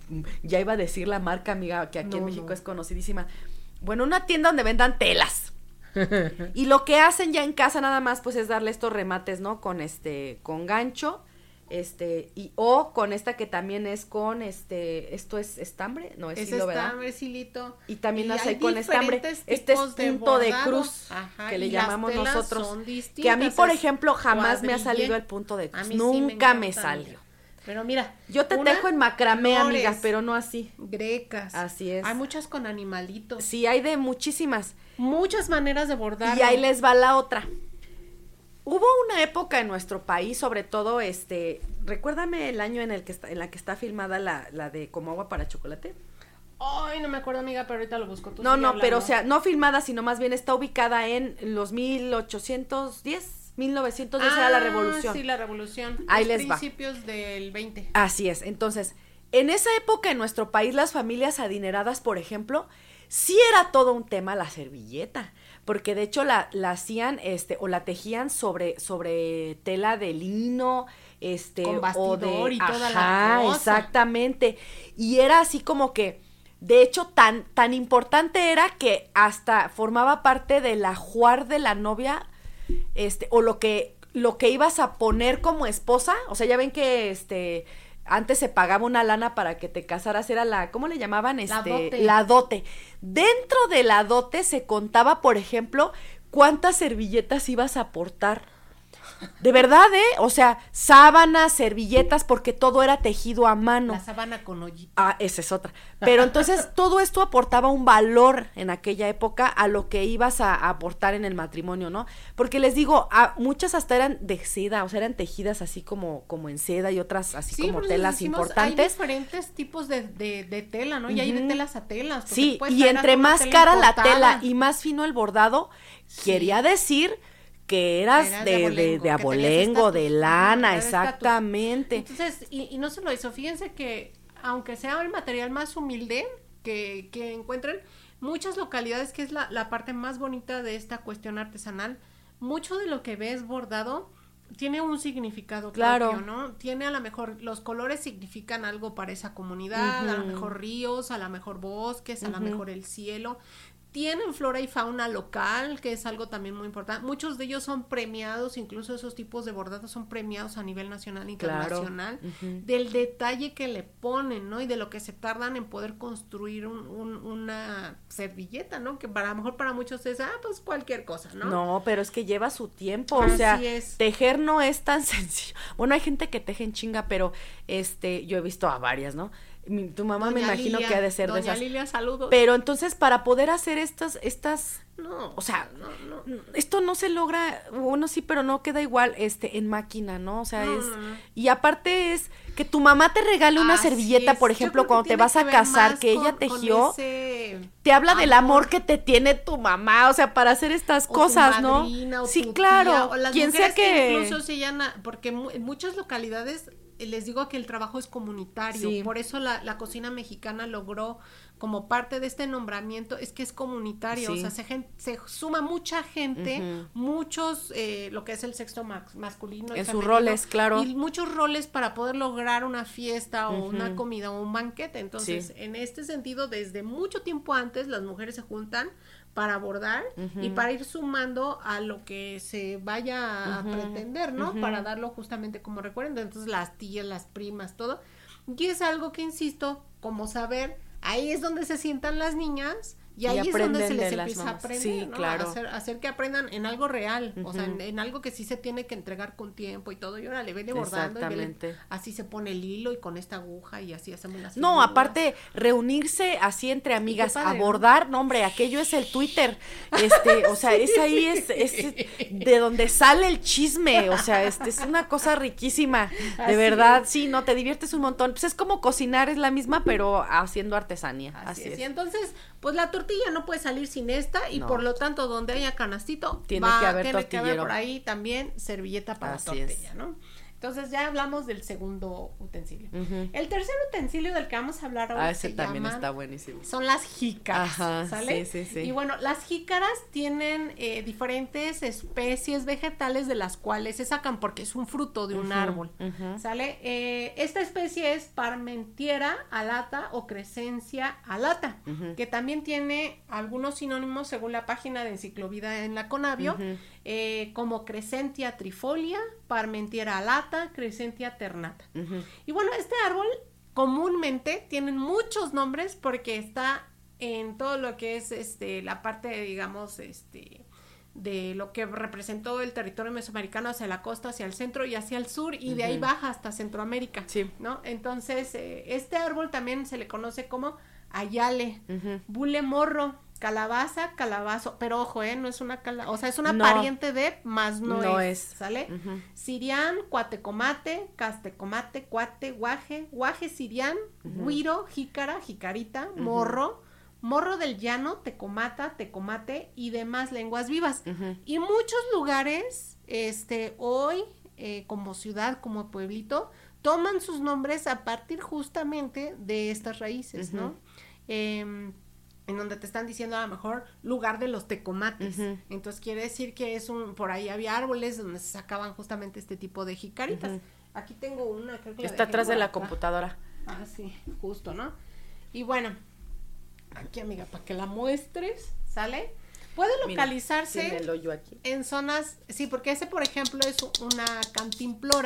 ya iba a decir la marca, amiga, que aquí en No, México no. es conocidísima. Bueno, una tienda donde vendan telas. Y lo que hacen ya en casa nada más, pues, es darle estos remates, ¿no? Con este, con gancho, este, y o con esta que también es con, este, ¿esto es estambre? No, es, es hilo, ¿verdad? estambre, es hilito. Y también y hace con estambre. Este es punto de, de cruz, Ajá, que le llamamos nosotros. Que a mí, por ejemplo, jamás cuadrille. me ha salido el punto de cruz. Nunca sí me, me salió. Pero mira, yo te tejo en macramé, flores, amiga, pero no así. Grecas. Así es. Hay muchas con animalitos. Sí, hay de muchísimas. Muchas maneras de bordar. Y ahí les va la otra. Hubo una época en nuestro país, sobre todo, este, recuérdame el año en el que está, en la que está filmada la, la de Como agua para chocolate. Ay, no me acuerdo, amiga, pero ahorita lo busco. Tú no, no, hablando. pero o sea, no filmada, sino más bien está ubicada en los mil ochocientos diez, mil novecientos diez ah, era la revolución. Sí, la revolución. Ahí los les va. Principios del veinte. Así es. Entonces, en esa época en nuestro país, las familias adineradas, por ejemplo, sí era todo un tema la servilleta, porque de hecho la, la hacían, este, o la tejían sobre, sobre tela de lino, este, con bastidor o de, y toda ajá, la cosa. Exactamente, y era así como que, de hecho, tan, tan importante era que hasta formaba parte del ajuar de la novia, este, o lo que, lo que ibas a poner como esposa, o sea, ya ven que, este, antes se pagaba una lana para que te casaras, era la, ¿cómo le llamaban? Este, la dote. La dote. Dentro de la dote se contaba, por ejemplo, cuántas servilletas ibas a aportar. De verdad, ¿eh? O sea, sábanas, servilletas, porque todo era tejido a mano. La sábana con hoyito. Ah, esa es otra. Pero entonces todo esto aportaba un valor en aquella época a lo que ibas a, a aportar en el matrimonio, ¿no? Porque les digo, a, muchas hasta eran de seda, o sea, eran tejidas así como, como en seda y otras así sí, como telas decimos, importantes. Hay diferentes tipos de, de, de tela, ¿no? Y uh-huh. hay de telas a telas. Sí, y entre más cara la tela y más fino el bordado, sí. quería decir que eras Era de, de, de, de abolengo, de lana, exactamente. Entonces, y, y no solo eso, fíjense que aunque sea el material más humilde que, que encuentren, muchas localidades, que es la, la parte más bonita de esta cuestión artesanal, mucho de lo que ves bordado tiene un significado claro. propio, ¿no? Tiene a lo mejor, los colores significan algo para esa comunidad, uh-huh. a lo mejor ríos, a lo mejor bosques, a uh-huh. lo mejor el cielo. Tienen flora y fauna local, que es algo también muy importante. Muchos de ellos son premiados, incluso esos tipos de bordados son premiados a nivel nacional e internacional, claro. uh-huh. del detalle que le ponen, ¿no? Y de lo que se tardan en poder construir un, un, una servilleta, ¿no? Que para a lo mejor para muchos es, ah, pues cualquier cosa, ¿no? No, pero es que lleva su tiempo, Así o sea, es. tejer no es tan sencillo. Bueno, hay gente que teje en chinga, pero este, yo he visto a varias, ¿no? Mi, tu mamá Doña me imagino Lilia, que ha de ser Doña de esas. Lilia, saludos. Pero entonces para poder hacer estas, estas, no, o sea, no, no. esto no se logra, bueno sí, pero no queda igual, este, en máquina, ¿no? O sea, no, es, no, no. y aparte es que tu mamá te regale una Así servilleta, es. por ejemplo, cuando te vas a casar, que ella tejió, ese... te habla amor. del amor que te tiene tu mamá, o sea, para hacer estas o cosas, tu madrina, ¿no? O sí, tu claro, tía, o las quien sea que... que incluso se llaman, porque en muchas localidades les digo que el trabajo es comunitario, sí. por eso la, la cocina mexicana logró como parte de este nombramiento, es que es comunitario, sí. o sea, se, gen, se suma mucha gente, uh-huh. muchos, eh, lo que es el sexo ma- masculino. En sus roles, claro. Y muchos roles para poder lograr una fiesta o uh-huh. una comida o un banquete, entonces, sí. en este sentido, desde mucho tiempo antes, las mujeres se juntan para bordar uh-huh. y para ir sumando a lo que se vaya a uh-huh. pretender, ¿no? Uh-huh. Para darlo justamente como recuerdo, entonces las tías, las primas, todo, y es algo que insisto, como saber, ahí es donde se sientan las niñas y ahí y es donde se les empieza a aprender, sí, ¿no? claro. A hacer, a hacer que aprendan en algo real, uh-huh. o sea, en, en algo que sí se tiene que entregar con tiempo y todo, y ahora le vele bordando y vele, así se pone el hilo y con esta aguja y así hacemos las no, figuras. Aparte, reunirse así entre amigas, padre, a bordar, ¿no? no, hombre, aquello es el Twitter, este, o sea, sí. es ahí, es, es de donde sale el chisme, o sea, este, es una cosa riquísima, de así verdad, es. Sí, no, te diviertes un montón, pues es como cocinar, es la misma, pero haciendo artesanía, así, así es. es. Y entonces, pues la tortilla no puede salir sin esta y no. por lo tanto donde haya canastito tiene va, que haber tiene tortillero. Que haber por ahí también servilleta para así tortilla, es. ¿no? Entonces ya hablamos del segundo utensilio. Uh-huh. El tercer utensilio del que vamos a hablar ahora ah, ese se también llaman, está buenísimo. son las jícaras, Ajá, ¿sale? sí, sí, sí. Y bueno, las jícaras tienen eh, diferentes especies vegetales de las cuales se sacan porque es un fruto de un uh-huh, árbol, uh-huh. ¿sale? Eh, esta especie es Parmentiera alata o Crescencia alata, uh-huh. que también tiene algunos sinónimos según la página de Enciclovida en la Conavio, uh-huh. eh, como Crescentia trifolia, Parmentiera alata, Crescentia ternata. Uh-huh. Y bueno, este árbol comúnmente tienen muchos nombres porque está en todo lo que es este la parte, digamos, este de lo que representó el territorio mesoamericano hacia la costa, hacia el centro y hacia el sur, y uh-huh. de ahí baja hasta Centroamérica, sí. ¿no? Entonces, eh, este árbol también se le conoce como ayale, uh-huh. bule morro, calabaza, calabazo, pero ojo, eh, no es una cala, o sea, es una no. pariente de, más no, no es, es, ¿sale? Uh-huh. Sirián, cuatecomate, castecomate, cuate, guaje, guaje sirián, uh-huh. guiro, jícara, jicarita, uh-huh. morro, morro del llano, tecomata, tecomate y demás lenguas vivas. Uh-huh. Y muchos lugares, este, hoy, eh, como ciudad, como pueblito, toman sus nombres a partir justamente de estas raíces, uh-huh. ¿no? Eh, en donde te están diciendo a lo mejor lugar de los tecomates, uh-huh. entonces quiere decir que es un, por ahí había árboles donde se sacaban justamente este tipo de jicaritas. Uh-huh. Aquí tengo una, creo que está atrás de la acá. computadora. Ah, sí, justo, ¿no? Y bueno, aquí, amiga, para que la muestres, ¿sale? Puede localizarse Mira, tiene el hoyo aquí. En zonas, sí, porque ese, por ejemplo, es una cantimplora.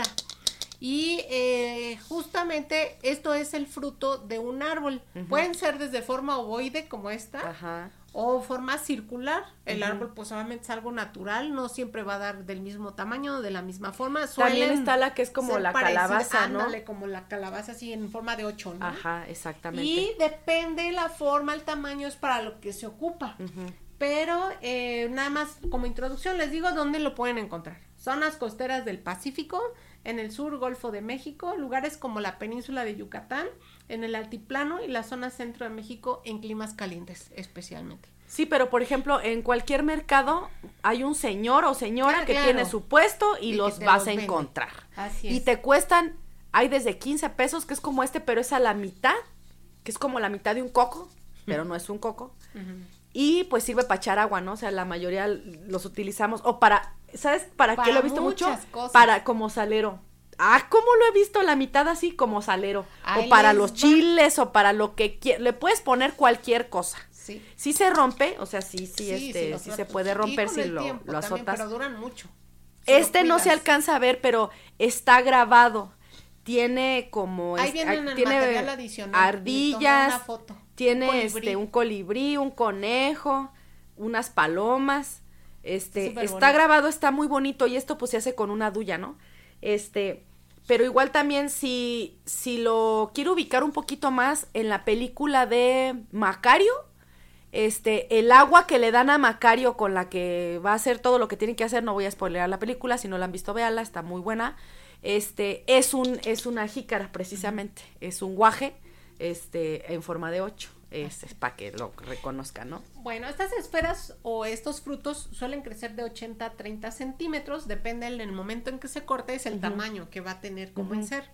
Y eh, justamente esto es el fruto de un árbol. Uh-huh. Pueden ser desde forma ovoide como esta, Ajá. o forma circular. El uh-huh. árbol pues obviamente es algo natural, no siempre va a dar del mismo tamaño, de la misma forma. También está la que es como la calabaza, ándale, ¿no? Como la calabaza, así en forma de ocho, ¿no? Ajá, exactamente. Y depende la forma, el tamaño, es para lo que se ocupa. Uh-huh. Pero eh, nada más como introducción les digo dónde lo pueden encontrar. Zonas costeras del Pacífico, en el sur, Golfo de México, lugares como la península de Yucatán, en el altiplano y la zona centro de México en climas calientes especialmente. Sí, pero por ejemplo, en cualquier mercado hay un señor o señora claro, que claro. tiene su puesto y, y los vas los a encontrar. Así es. Y te cuestan, hay desde quince pesos, que es como este, pero es a la mitad, que es como la mitad de un coco, pero no es un coco. Uh-huh. Y pues sirve para echar agua, ¿no? O sea, la mayoría los utilizamos, o para... ¿Sabes para, para qué lo he visto mucho? Cosas. Para como salero. Ah, ¿cómo lo he visto la mitad así como salero? Ahí o para los va. chiles o para lo que quieras. Le puedes poner cualquier cosa. Sí. Sí se rompe, o sea, sí, sí, sí este, sí, sí se puede romper si lo, lo azotas. También, pero duran mucho. Si este no se alcanza a ver, pero está grabado. Tiene como Ahí es, viene en el tiene material adicional. ardillas, una foto. tiene un este un colibrí, un conejo, unas palomas. Este, Súper está bonito. grabado, está muy bonito, y esto pues se hace con una duya, ¿no? Este, pero igual también si, si lo quiero ubicar un poquito más en la película de Macario, este, el agua que le dan a Macario con la que va a hacer todo lo que tiene que hacer, no voy a spoilear la película, si no la han visto, véanla, está muy buena, este, es un, es una jícara precisamente, uh-huh. es un guaje, este, en forma de ocho. Es, es para que lo reconozcan, ¿no? Bueno, estas esferas o estos frutos suelen crecer de ochenta a treinta centímetros, depende del momento en que se corte, es el uh-huh. tamaño que va a tener como uh-huh. en ser.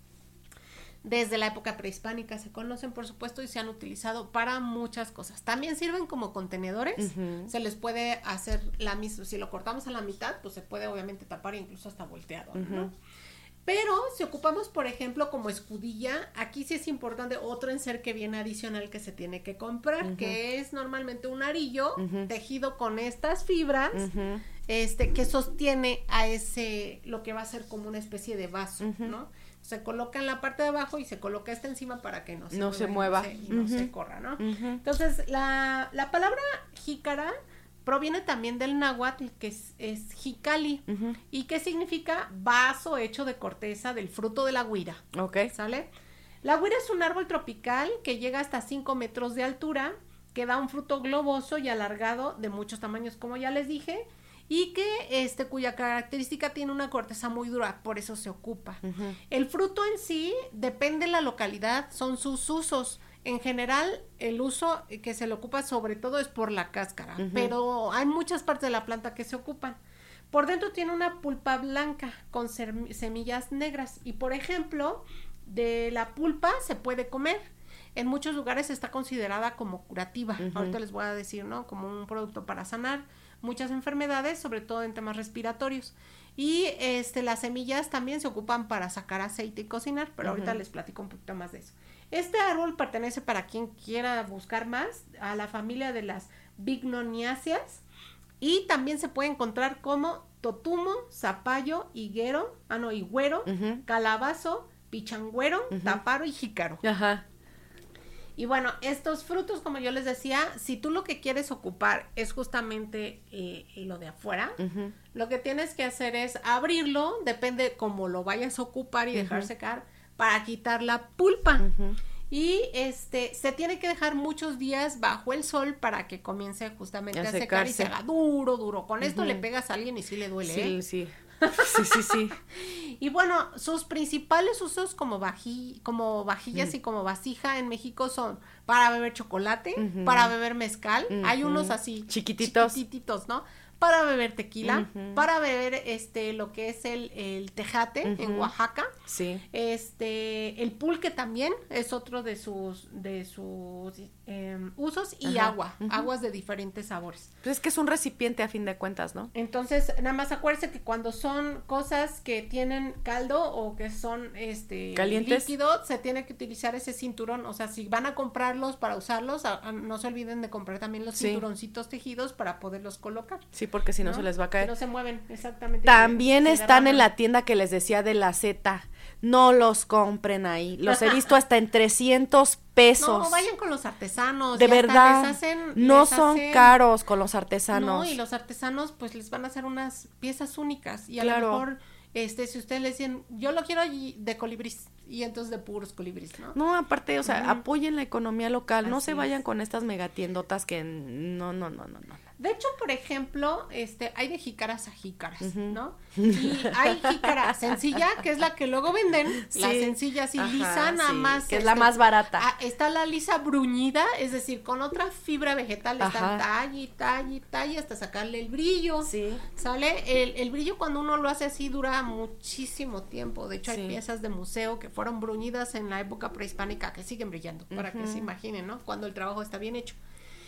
Desde la época prehispánica se conocen, por supuesto, y se han utilizado para muchas cosas. También sirven como contenedores, uh-huh. se les puede hacer la misma, si lo cortamos a la mitad, pues se puede obviamente tapar e incluso hasta volteado, uh-huh. ¿no? Pero si ocupamos, por ejemplo, como escudilla, aquí sí es importante otro enser que viene adicional que se tiene que comprar, uh-huh. que es normalmente un arillo uh-huh. tejido con estas fibras, uh-huh. este, que sostiene a ese, lo que va a ser como una especie de vaso, uh-huh. ¿no? Se coloca en la parte de abajo y se coloca esta encima para que no se no mueva, se mueva. Y no se, y no uh-huh. se corra, ¿no? Uh-huh. Entonces, la, la palabra jícara proviene también del náhuatl, que es, es jicali, uh-huh. y que significa vaso hecho de corteza del fruto de la güira. Ok. ¿Sale? La güira es un árbol tropical que llega hasta cinco metros de altura, que da un fruto globoso y alargado de muchos tamaños, como ya les dije, y que este cuya característica tiene una corteza muy dura, por eso se ocupa. Uh-huh. El fruto en sí depende de la localidad, son sus usos. En general, el uso que se le ocupa sobre todo es por la cáscara, uh-huh. pero hay muchas partes de la planta que se ocupan. Por dentro tiene una pulpa blanca con semillas negras y, por ejemplo, de la pulpa se puede comer. En muchos lugares está considerada como curativa. Uh-huh. Ahorita les voy a decir, ¿no? Como un producto para sanar muchas enfermedades, sobre todo en temas respiratorios. Y este las semillas también se ocupan para sacar aceite y cocinar, pero uh-huh. ahorita les platico un poquito más de eso. Este árbol pertenece, para quien quiera buscar más, a la familia de las Bignoniaceae y también se puede encontrar como totumo, zapallo, higuero, ah no, higüero, uh-huh. calabazo, pichangüero, uh-huh. taparo y jícaro. Ajá. Y bueno, estos frutos, como yo les decía, si tú lo que quieres ocupar es justamente eh, lo de afuera, uh-huh. lo que tienes que hacer es abrirlo, depende cómo lo vayas a ocupar y uh-huh. dejar secar, para quitar la pulpa. Uh-huh. Y este se tiene que dejar muchos días bajo el sol para que comience justamente a, a secar y se haga duro, duro. Con uh-huh. esto le pegas a alguien y sí le duele, sí, ¿eh? Sí, sí, sí, sí. Y bueno, sus principales usos como, vaji, como vajillas mm. y como vasija en México son para beber chocolate, uh-huh. para beber mezcal, uh-huh. hay unos así chiquititos, chiquititos, ¿no? Para beber tequila, uh-huh. para beber este lo que es el, el tejate uh-huh. en Oaxaca. Sí. Este, el pulque también es otro de sus de sus eh, usos y Ajá. agua, uh-huh. aguas de diferentes sabores. Pues es que es un recipiente a fin de cuentas, ¿no? Entonces, nada más acuérdense que cuando son cosas que tienen caldo o que son este calientes, líquidos, se tiene que utilizar ese cinturón, o sea, si van a comprarlos para usarlos, a, a, no se olviden de comprar también los sí. cinturoncitos tejidos para poderlos colocar. Sí, porque si no, no se les va a caer. Si no se mueven, exactamente. También están en la tienda que les decía de la Z. No los compren ahí. Los he visto hasta en trescientos pesos. No, vayan con los artesanos. De verdad. Les hacen, no les son hacen... caros con los artesanos. No, y los artesanos pues les van a hacer unas piezas únicas. Y a claro. lo mejor, este, si ustedes le dicen, yo lo quiero de colibrís, y entonces de puros colibríes, ¿no? No, aparte, o sea, uh-huh. apoyen la economía local. Así no se vayan es. con estas megatiendotas que no, no, no, no, no. De hecho, por ejemplo, este, hay de jícaras a jícaras, uh-huh. ¿no? Y hay jícara sencilla, que es la que luego venden, sí. la sencilla así, Ajá, lisa, nada sí, más. que este, es la más barata. Ah, está la lisa bruñida, es decir, con otra fibra vegetal, está talla, talla, talla, hasta sacarle el brillo. Sí. ¿Sale? El, el brillo cuando uno lo hace así dura muchísimo tiempo. De hecho, hay sí. piezas de museo que fueron bruñidas en la época prehispánica que siguen brillando, uh-huh. para que se imaginen, ¿no? Cuando el trabajo está bien hecho.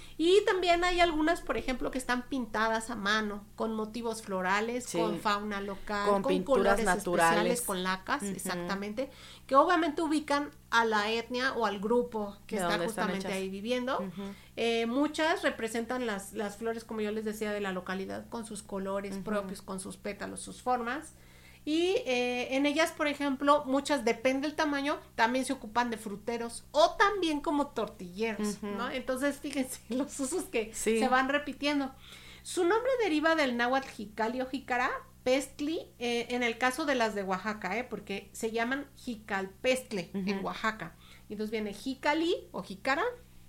Y también hay algunas, por ejemplo, que están pintadas a mano, con motivos florales, sí. con fauna local, con, con colores naturales, especiales, con lacas, uh-huh. exactamente, que obviamente ubican a la etnia o al grupo que está justamente ahí viviendo. Uh-huh. Eh, muchas representan las, las flores, como yo les decía, de la localidad, con sus colores uh-huh. propios, con sus pétalos, sus formas. Y eh, en ellas, por ejemplo, muchas, depende del tamaño, también se ocupan de fruteros o también como tortilleros, uh-huh. ¿no? Entonces, fíjense los usos que sí. se van repitiendo. Su nombre deriva del náhuatl jicali o jícara, pestli, eh, en el caso de las de Oaxaca, ¿eh? Porque se llaman jicalpestle uh-huh. en Oaxaca. Entonces viene jicali o jícara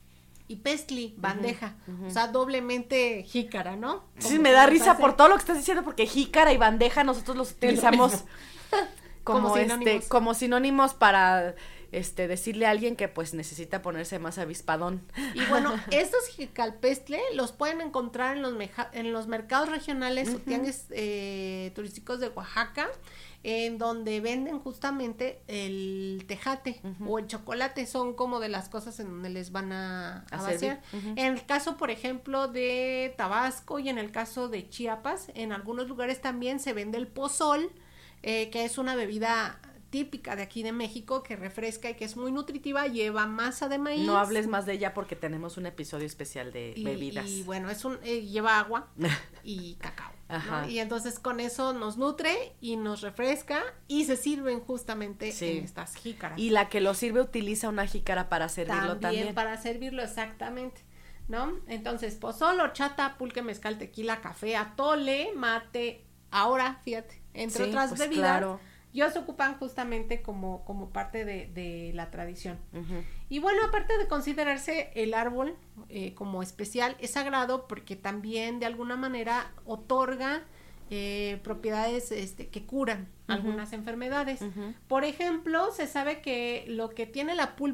y pestli, bandeja, uh-huh, uh-huh. o sea, doblemente jícara, ¿no? Sí, como me da risa hace... por todo lo que estás diciendo, porque jícara y bandeja nosotros los utilizamos como, como sinónimos. este, como sinónimos para este decirle a alguien que pues necesita ponerse más avispadón. Y bueno, estos jicalpestle los pueden encontrar en los meja- en los mercados regionales uh-huh. o tianguis eh, turísticos de Oaxaca, en donde venden justamente el tejate uh-huh. o el chocolate, son como de las cosas en donde les van a, a, a vaciar. Uh-huh. En el caso, por ejemplo, de Tabasco y en el caso de Chiapas, en algunos lugares también se vende el pozol, eh, que es una bebida típica de aquí de México, que refresca y que es muy nutritiva, lleva masa de maíz. No hables más de ella porque tenemos un episodio especial de y, bebidas. Y bueno, es un eh, lleva agua y cacao. Ajá. ¿no? Y entonces con eso nos nutre y nos refresca y se sirven justamente sí. en estas jícaras. Y la que lo sirve utiliza una jícara para servirlo también. También para servirlo, exactamente, ¿no? Entonces, pozol, horchata, pulque, mezcal, tequila, café, atole, mate, ahora, fíjate, entre sí, otras pues bebidas. Claro. Ellos se ocupan justamente como, como parte de, de la tradición. Uh-huh. Y bueno, aparte de considerarse el árbol eh, como especial, es sagrado porque también de alguna manera otorga eh, propiedades este, que curan uh-huh. algunas enfermedades. Uh-huh. Por ejemplo, se sabe que lo que tiene la pulpa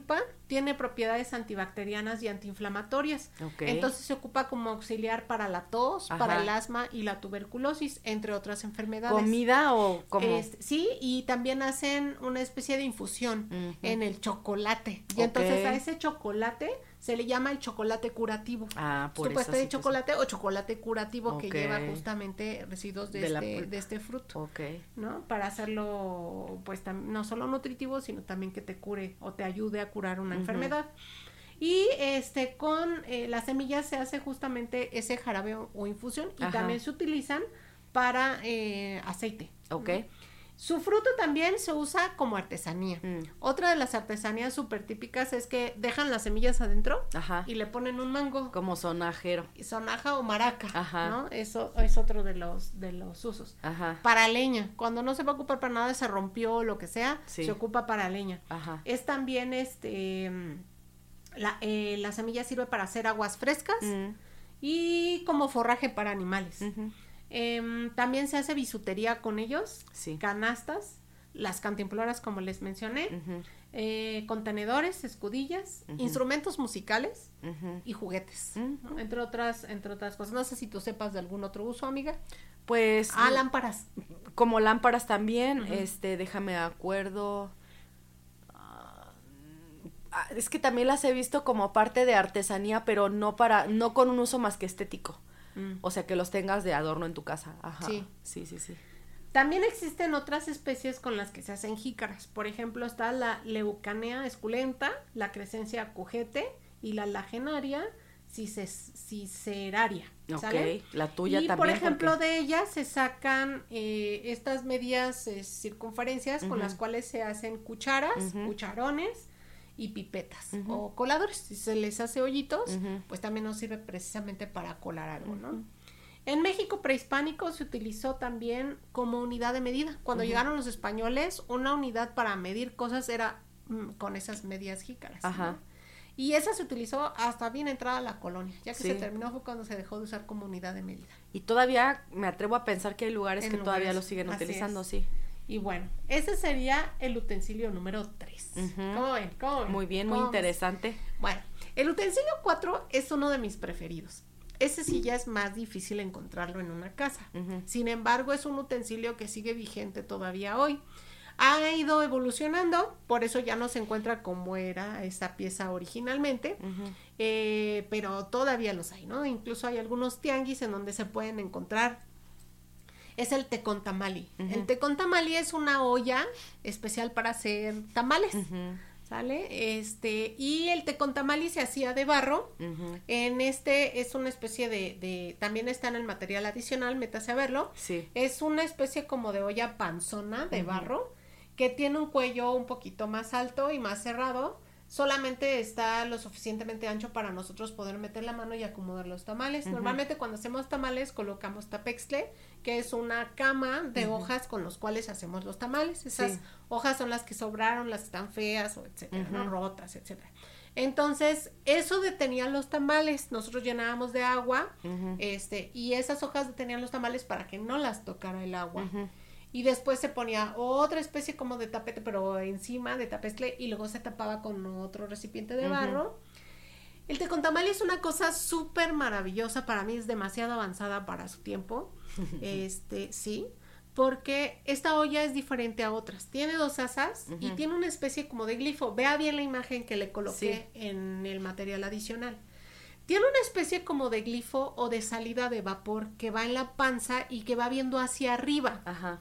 tiene propiedades antibacterianas y antiinflamatorias. Okay. Entonces se ocupa como auxiliar para la tos, Ajá. para el asma y la tuberculosis, entre otras enfermedades. ¿Comida o cómo? Este, sí, y también hacen una especie de infusión uh-huh. en el chocolate. Y okay. entonces a ese chocolate se le llama el chocolate curativo. Ah, por eso. Supuesto de chocolate o chocolate curativo okay. que lleva justamente residuos de, de, este, la... de este fruto. Okay. ¿No? Para hacerlo, pues, tam- no solo nutritivo, sino también que te cure o te ayude a curar una uh-huh. enfermedad. Y este, con eh, las semillas se hace justamente ese jarabe o, o infusión y Ajá. también se utilizan para eh, aceite. Ok. ¿no? Su fruto también se usa como artesanía. Mm. Otra de las artesanías súper típicas es que dejan las semillas adentro Ajá. y le ponen un mango. Como sonajero. Sonaja o maraca, Ajá. ¿no? Eso es otro de los de los usos. Ajá. Para leña, cuando no se va a ocupar para nada, se rompió o lo que sea, sí. se ocupa para leña. Ajá. Es también este la, eh, la semilla sirve para hacer aguas frescas mm. y como forraje para animales. Uh-huh. Eh, también se hace bisutería con ellos, sí. canastas, las cantimploras como les mencioné, uh-huh. eh, contenedores, escudillas, uh-huh. instrumentos musicales uh-huh. y juguetes, uh-huh. ¿no? entre otras, entre otras cosas. No sé si tú sepas de algún otro uso, amiga. Pues ah, lámparas. Como lámparas también, uh-huh. este, déjame de acuerdo. Uh, es que también las he visto como parte de artesanía, pero no para, no con un uso más que estético. Mm. O sea, que los tengas de adorno en tu casa. Ajá. Sí. Sí, sí, sí. También existen otras especies con las que se hacen jícaras. Por ejemplo, está la Leucanea esculenta, la Crescencia cujete y la Lagenaria ciceraria. ¿Sale? Ok, la tuya y, también. Y por ejemplo, porque... de ellas se sacan eh, estas medias eh, circunferencias uh-huh. con las cuales se hacen cucharas, uh-huh. cucharones y pipetas uh-huh. o coladores. Si se les hace hoyitos, uh-huh. pues también nos sirve precisamente para colar algo, ¿no? Uh-huh. En México prehispánico se utilizó también como unidad de medida. Cuando uh-huh. llegaron los españoles, una unidad para medir cosas era mm, con esas medias jícaras. Ajá. ¿no? Y esa se utilizó hasta bien entrada la colonia. Ya que sí. se terminó fue cuando se dejó de usar como unidad de medida. Y todavía me atrevo a pensar que hay lugares en que lugares, todavía lo siguen utilizando, es. sí. Y bueno, ese sería el utensilio número tres. Uh-huh. ¿Cómo ven? ¿Cómo ven? Muy bien, muy interesante. Bueno, el utensilio cuatro es uno de mis preferidos. Ese sí ya es más difícil encontrarlo en una casa. Uh-huh. Sin embargo, es un utensilio que sigue vigente todavía hoy. Ha ido evolucionando, por eso ya no se encuentra como era esa pieza originalmente, uh-huh. eh, pero todavía los hay, ¿no? Incluso hay algunos tianguis en donde se pueden encontrar. Es el tecontamali. Uh-huh. El tecontamali es una olla especial para hacer tamales, uh-huh. ¿sale? Este, y el tecontamali se hacía de barro. Uh-huh. En este es una especie de, de, también está en el material adicional, métase a verlo. Sí. Es una especie como de olla panzona de uh-huh. barro, que tiene un cuello un poquito más alto y más cerrado. Solamente está lo suficientemente ancho para nosotros poder meter la mano y acomodar los tamales. Uh-huh. Normalmente cuando hacemos tamales colocamos tapextle, que es una cama de uh-huh. hojas con los cuales hacemos los tamales. Esas sí. hojas son las que sobraron, las que están feas, o etcétera, uh-huh. ¿no? Rotas, etcétera. Entonces, eso detenía los tamales. Nosotros llenábamos de agua, uh-huh. este, y esas hojas detenían los tamales para que no las tocara el agua. Uh-huh. Y después se ponía otra especie como de tapete, pero encima de tapestle, y luego se tapaba con otro recipiente de barro. Uh-huh. El tecontamali es una cosa súper maravillosa, para mí es demasiado avanzada para su tiempo, este, sí, porque esta olla es diferente a otras, tiene dos asas uh-huh. y tiene una especie como de glifo. Vea bien la imagen que le coloqué sí. en el material adicional. Tiene una especie como de glifo o de salida de vapor que va en la panza y que va viendo hacia arriba. Ajá.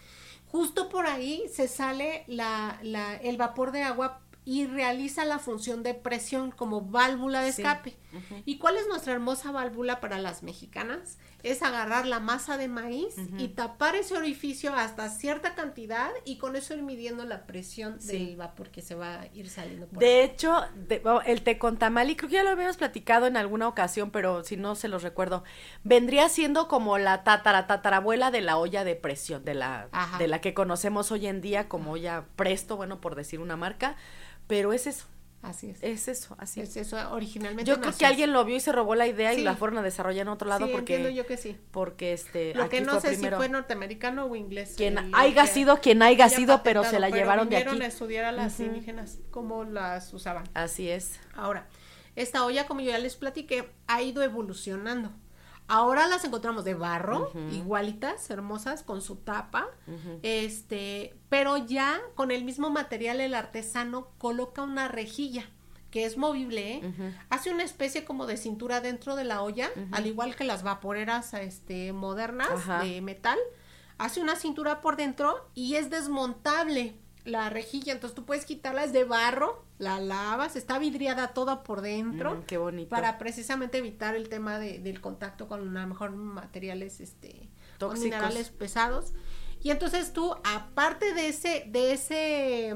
Justo por ahí se sale la, la, el vapor de agua y realiza la función de presión como válvula de escape. Sí. Uh-huh. ¿Y cuál es nuestra hermosa válvula para las mexicanas? Es agarrar la masa de maíz uh-huh. y tapar ese orificio hasta cierta cantidad y con eso ir midiendo la presión sí. del vapor que se va a ir saliendo por de ahí. hecho, de, el tecontamali, creo que ya lo habíamos platicado en alguna ocasión, pero si no se los recuerdo, vendría siendo como la tatara, tatarabuela de la olla de presión, de la, de la que conocemos hoy en día como olla Presto, bueno, por decir una marca, pero es eso. Así es. Es eso, así es. Es eso, originalmente Yo creo nació que alguien lo vio y se robó la idea sí. y la fueron a desarrollar en otro lado sí, porque... entiendo yo que sí. Porque este... Lo aquí que no fue sé primero, si fue norteamericano o inglés. Quien el, haya que sido, quien haya haya sido, pero patentado, se la pero llevaron de aquí. vinieron a estudiar a las uh-huh. indígenas, cómo las usaban. Así es. Ahora, esta olla, como yo ya les platiqué, ha ido evolucionando. Ahora las encontramos de barro, uh-huh. igualitas, hermosas, con su tapa, uh-huh. este, pero ya con el mismo material el artesano coloca una rejilla que es movible, ¿eh? Uh-huh. Hace una especie como de cintura dentro de la olla, uh-huh. al igual que las vaporeras este, modernas uh-huh. de metal, hace una cintura por dentro y es desmontable la rejilla, entonces tú puedes quitarla, es de barro, la lavas, está vidriada toda por dentro. Mm, qué bonito. Para precisamente evitar el tema de, del contacto con a lo mejor materiales este tóxicos, con minerales pesados. Y entonces tú, aparte de ese, de ese,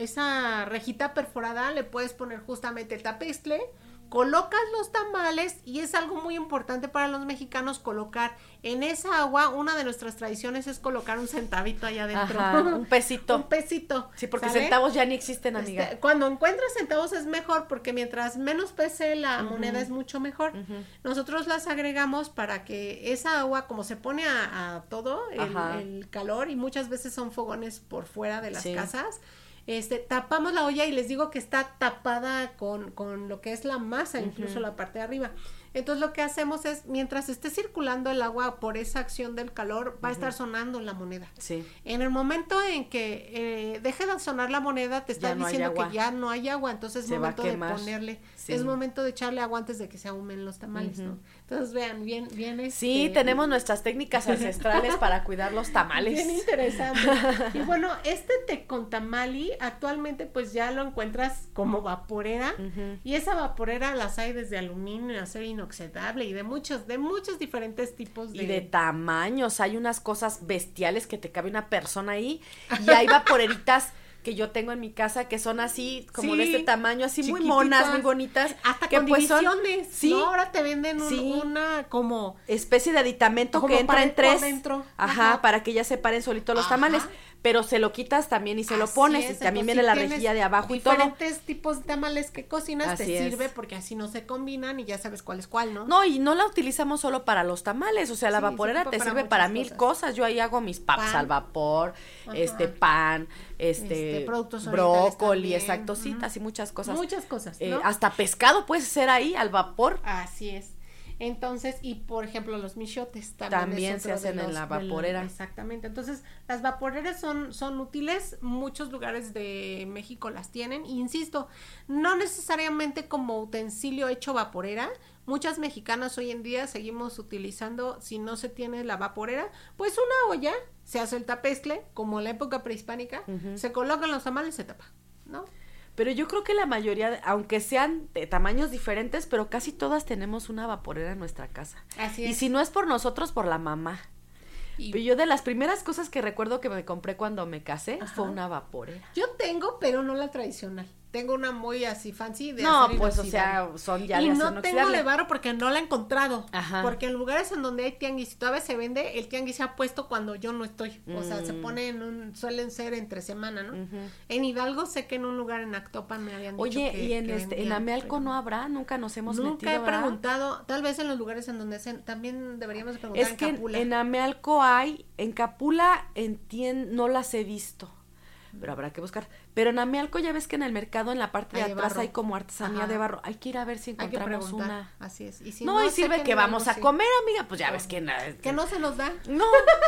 esa rejita perforada, le puedes poner justamente el tapestle, colocas los tamales y es algo muy importante para los mexicanos colocar en esa agua. Una de nuestras tradiciones es colocar un centavito allá adentro. Ajá, un pesito. Un pesito. Sí, porque ¿sale? Centavos ya ni existen, amiga. Este, cuando encuentras centavos es mejor porque mientras menos pese la uh-huh. moneda es mucho mejor. Uh-huh. Nosotros las agregamos para que esa agua, como se pone a, a todo el, el calor y muchas veces son fogones por fuera de las sí. casas, Este, tapamos la olla y les digo que está tapada con, con lo que es la masa, uh-huh. incluso la parte de arriba. Entonces lo que hacemos es, mientras esté circulando el agua por esa acción del calor, va uh-huh. a estar sonando la moneda. Sí. En el momento en que eh, deje de sonar la moneda, te está no diciendo que ya no hay agua, entonces es se momento de ponerle, sí. es momento de echarle agua antes de que se ahumen los tamales, uh-huh. ¿no? Entonces vean, bien, bien este... Sí, tenemos nuestras técnicas ancestrales para cuidar los tamales. Bien interesante. Y bueno, este tecontamali actualmente pues ya lo encuentras como vaporera, uh-huh. y esa vaporera las hay desde aluminio, acero inoxidable y de muchos, de muchos diferentes tipos de... Y de tamaños, hay unas cosas bestiales que te cabe una persona ahí, y hay vaporeritas que yo tengo en mi casa que son así, como sí, de este tamaño, así muy monas, muy bonitas. Hasta que con pues divisiones, son, sí, ¿no? Ahora te venden un, sí, una como... especie de aditamento que entra en tres. Dentro. Ajá, ajá, para que ya separen solito los ajá. tamales. Pero se lo quitas también y se así lo pones, es, y también viene la rejilla de abajo y todo. Diferentes tipos de tamales que cocinas así te sirve, es. porque así no se combinan y ya sabes cuál es cuál, ¿no? No, y no la utilizamos solo para los tamales, o sea, la sí, vaporera te para sirve para mil cosas. cosas. Yo ahí hago mis papas pan. al vapor, ajá. este pan, este, este productos brócoli, exacto, sí, uh-huh. así muchas cosas. Muchas cosas, ¿no? eh, hasta pescado puedes hacer ahí al vapor. Así es. Entonces, y por ejemplo los michotes también, también se hacen los, en la vaporera. La, exactamente. Entonces, las vaporeras son, son útiles, muchos lugares de México las tienen, e insisto, no necesariamente como utensilio hecho vaporera. Muchas mexicanas hoy en día seguimos utilizando, si no se tiene la vaporera, pues una olla, se hace el tapestle, como en la época prehispánica, uh-huh. se colocan los tamales, se tapa, ¿no? Pero yo creo que la mayoría, aunque sean de tamaños diferentes, pero casi todas tenemos una vaporera en nuestra casa. Así es. Y si no es por nosotros, por la mamá. Y pero yo de las primeras cosas que recuerdo que me compré cuando me casé, ajá. fue una vaporera. Yo tengo, pero no la tradicional. Tengo una muy así fancy de no, pues o sea, son ya y de no tengo de barro porque no la he encontrado. Ajá. Porque en lugares en donde hay tianguis y todavía se vende, el tianguis se ha puesto cuando yo no estoy. Mm. O sea, se pone en un, suelen ser entre semana, ¿no? Uh-huh. En Hidalgo sé que en un lugar en Actopan me habían dicho Oye, que, y en que este, vendían, en Amealco pero... no habrá, nunca nos hemos nunca metido. Nunca he ¿verdad? preguntado, tal vez en los lugares en donde hacen, también deberíamos preguntar es en que Capula. En Amealco hay, en Capula entien, no las he visto. Pero habrá que buscar. Pero en Amealco ya ves que en el mercado, en la parte de hay atrás, hay como artesanía Ajá. de barro. Hay que ir a ver si encontramos una. Así es. Y si no, no, y sirve que vamos algo, a comer, amiga. Pues ya no. ves que nada. Que no se nos da. No.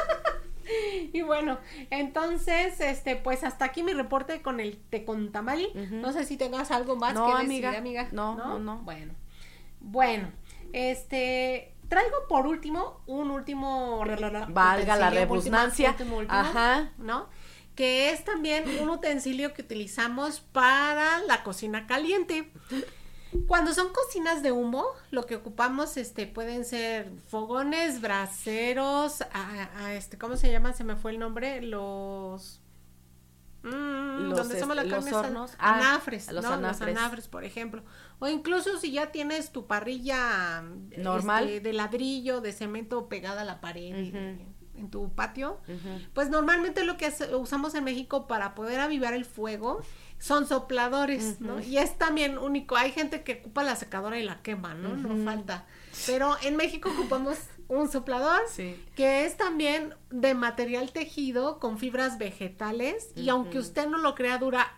Y bueno, entonces, este, pues hasta aquí mi reporte con el tecontamali. Uh-huh. No sé si tengas algo más no, que amiga. decir, amiga. No, no, no, no. Bueno, bueno, este... Traigo por último, un último... Valga la redundancia. Último, último, Ajá. ¿no? Que es también un utensilio que utilizamos para la cocina caliente. Cuando son cocinas de humo, lo que ocupamos este pueden ser fogones, braseros, a, a este, ¿cómo se llaman? Se me fue el nombre, los... Mm, los donde hacemos la carne, los hornos, ah, anafres, los ¿no? anafres. Los anafres, por ejemplo. O incluso si ya tienes tu parrilla normal, este, de ladrillo, de cemento pegada a la pared, uh-huh. y, en tu patio, uh-huh. pues normalmente lo que hace, usamos en México para poder avivar el fuego son sopladores, uh-huh. ¿no? Y es también único, hay gente que ocupa la secadora y la quema, ¿no? Uh-huh. No falta. Pero en México ocupamos un soplador sí. que es también de material tejido con fibras vegetales uh-huh. y aunque usted no lo crea dura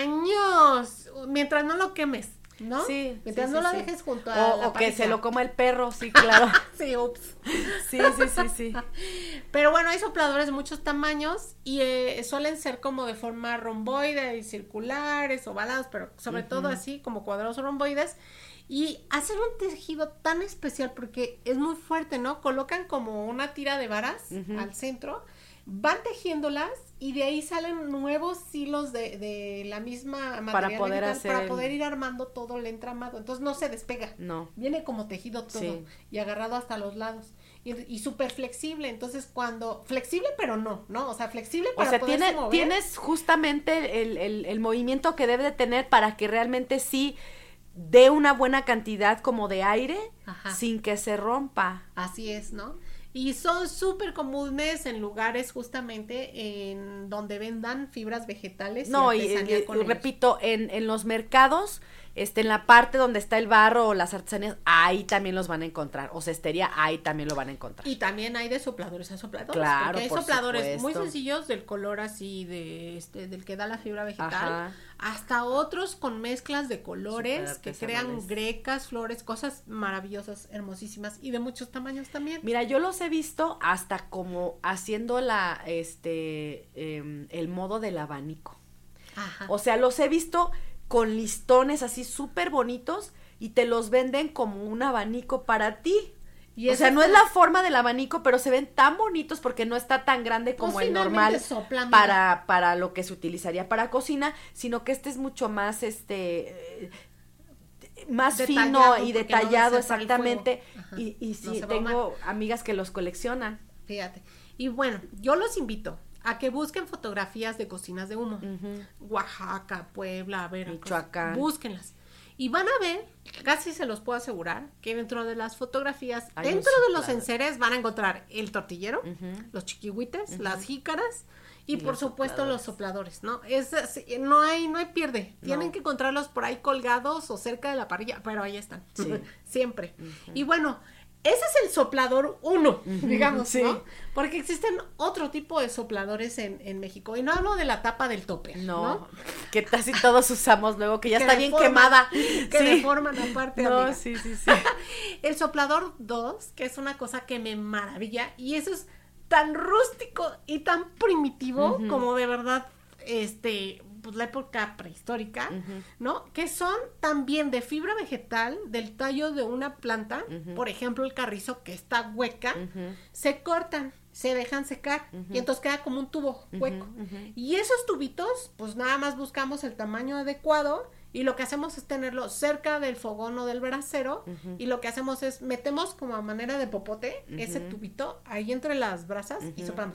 años, mientras no lo quemes, ¿no? Sí. Mientras sí, no sí, lo sí. dejes junto a o, la o que patica. se lo coma el perro, sí, claro. sí, ups. Sí, sí, sí, sí. Pero bueno, hay sopladores de muchos tamaños y eh, suelen ser como de forma romboide y circulares, ovalados, pero sobre uh-huh. todo así como cuadrados o romboides. Y hacen un tejido tan especial porque es muy fuerte, ¿no? Colocan como una tira de varas uh-huh. al centro, van tejiéndolas y de ahí salen nuevos hilos de, de la misma material para poder vegetal, hacer para el... poder ir armando todo el entramado. Entonces no se despega. No. Viene como tejido todo sí. y agarrado hasta los lados. Y, y súper flexible, entonces cuando, flexible pero no, ¿no? O sea, flexible para o sea, poderse tiene, mover. Tienes justamente el, el, el movimiento que debe de tener para que realmente sí dé una buena cantidad como de aire Ajá. sin que se rompa. Así es, ¿no? Y son súper comunes en lugares justamente en donde vendan fibras vegetales. No, y, y, y repito, en, en los mercados, este, en la parte donde está el barro o las artesanías, ahí también los van a encontrar. O cestería, ahí también lo van a encontrar. Y también hay de sopladores a sopladores. Claro, porque hay por sopladores supuesto. muy sencillos del color así de este, del que da la fibra vegetal, Ajá. hasta otros con mezclas de colores que crean grecas, flores, cosas maravillosas, hermosísimas y de muchos tamaños también. Mira, yo los he visto hasta como haciendo la, este, eh, el modo del abanico. Ajá. O sea, los he visto con listones así súper bonitos y te los venden como un abanico para ti. Y o sea, no es la forma del abanico, pero se ven tan bonitos porque no está tan grande como pues el normal sopla, para, para lo que se utilizaría para cocina, sino que este es mucho más, este... Eh, más detallado, fino y detallado, no exactamente, y, y sí, no tengo amigas que los coleccionan. Fíjate, y bueno, yo los invito a que busquen fotografías de cocinas de humo, uh-huh. Oaxaca, Puebla, Veracruz, Michoacán, búsquenlas, y van a ver, casi se los puedo asegurar, que dentro de las fotografías, Hay dentro de los enseres van a encontrar el tortillero, uh-huh. los chiquihuites, uh-huh. las jícaras, y, y por supuesto sopladores. Los sopladores, ¿no? Es no hay no hay pierde. No. Tienen que encontrarlos por ahí colgados o cerca de la parrilla, pero ahí están. Sí. Siempre. Uh-huh. Y bueno, ese es el soplador uno, uh-huh. digamos, sí. ¿no? Porque existen otro tipo de sopladores en, en México. Y no hablo de la tapa del tope, ¿no? ¿no? Que casi todos usamos luego, que ya que está bien forman, quemada. Que sí. deforman aparte, No, amiga. sí, sí, sí. El soplador dos, que es una cosa que me maravilla, y eso es tan rústico y tan primitivo uh-huh. como de verdad, este, pues la época prehistórica, uh-huh. ¿no? Que son también de fibra vegetal, del tallo de una planta, uh-huh. por ejemplo el carrizo que está hueca, uh-huh. se cortan, se dejan secar uh-huh. y entonces queda como un tubo hueco. Uh-huh. Uh-huh. Y esos tubitos, pues nada más buscamos el tamaño adecuado y lo que hacemos es tenerlo cerca del fogón o del brasero uh-huh. y lo que hacemos es metemos como a manera de popote uh-huh. ese tubito ahí entre las brasas uh-huh. y soplamos.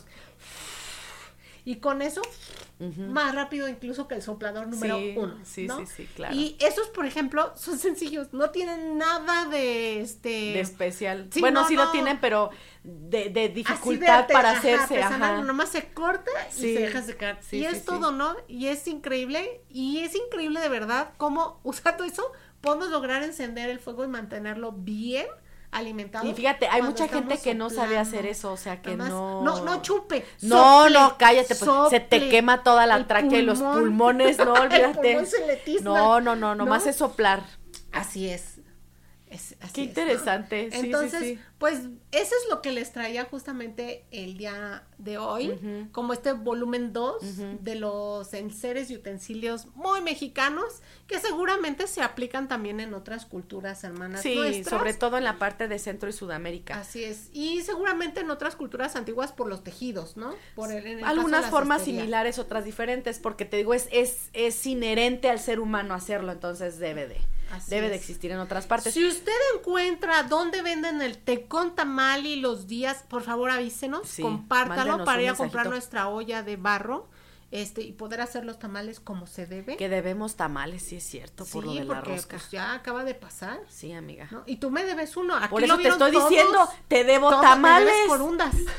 Y con eso, uh-huh. más rápido incluso que el soplador número sí, uno, sí, ¿no? Sí, sí, claro. Y esos, por ejemplo, son sencillos, no tienen nada de este... De especial. Sí, bueno, no, sí no. lo tienen, pero de, de dificultad de, para ajá, hacerse, ajá. Nomás se corta sí, y se deja secar. sí, y sí, es sí. todo, ¿no? Y es increíble, y es increíble de verdad cómo usando eso podemos lograr encender el fuego y mantenerlo bien alimentado. Y fíjate, hay mucha gente que no sabe hacer eso, o sea, que Además, no... No, no chupe. No, sople, no, cállate, pues, sople, se te quema toda la tráquea y los pulmones, no, olvídate. El pulmón se le tizna, no, no, no, nomás ¿no? es soplar. Así es. Es, así Qué es, interesante, ¿no? sí, Entonces, sí, sí. pues eso es lo que les traía justamente el día de hoy, uh-huh. como este volumen dos uh-huh. de los enseres y utensilios muy mexicanos que seguramente se aplican también en otras culturas hermanas sí, nuestras. Sobre todo en la parte de Centro y Sudamérica. Así es, y seguramente en otras culturas antiguas por los tejidos, ¿no? Por el, en el algunas caso de formas cestería. similares, otras diferentes, porque te digo, es, es, es inherente al ser humano hacerlo, entonces debe de... Así Debe es. de existir en otras partes. Si usted encuentra dónde venden el tecón tamal y los días, por favor avísenos, sí, compártalo para ir a comprar nuestra olla de barro, este, y poder hacer los tamales como se debe. Que debemos tamales, sí es cierto, por sí, lo de la porque, rosca. Pues ya acaba de pasar. Sí, amiga. ¿No? Y tú me debes uno. Aquí por eso lo te estoy todos, diciendo, te debo todos tamales. Me debes corundas.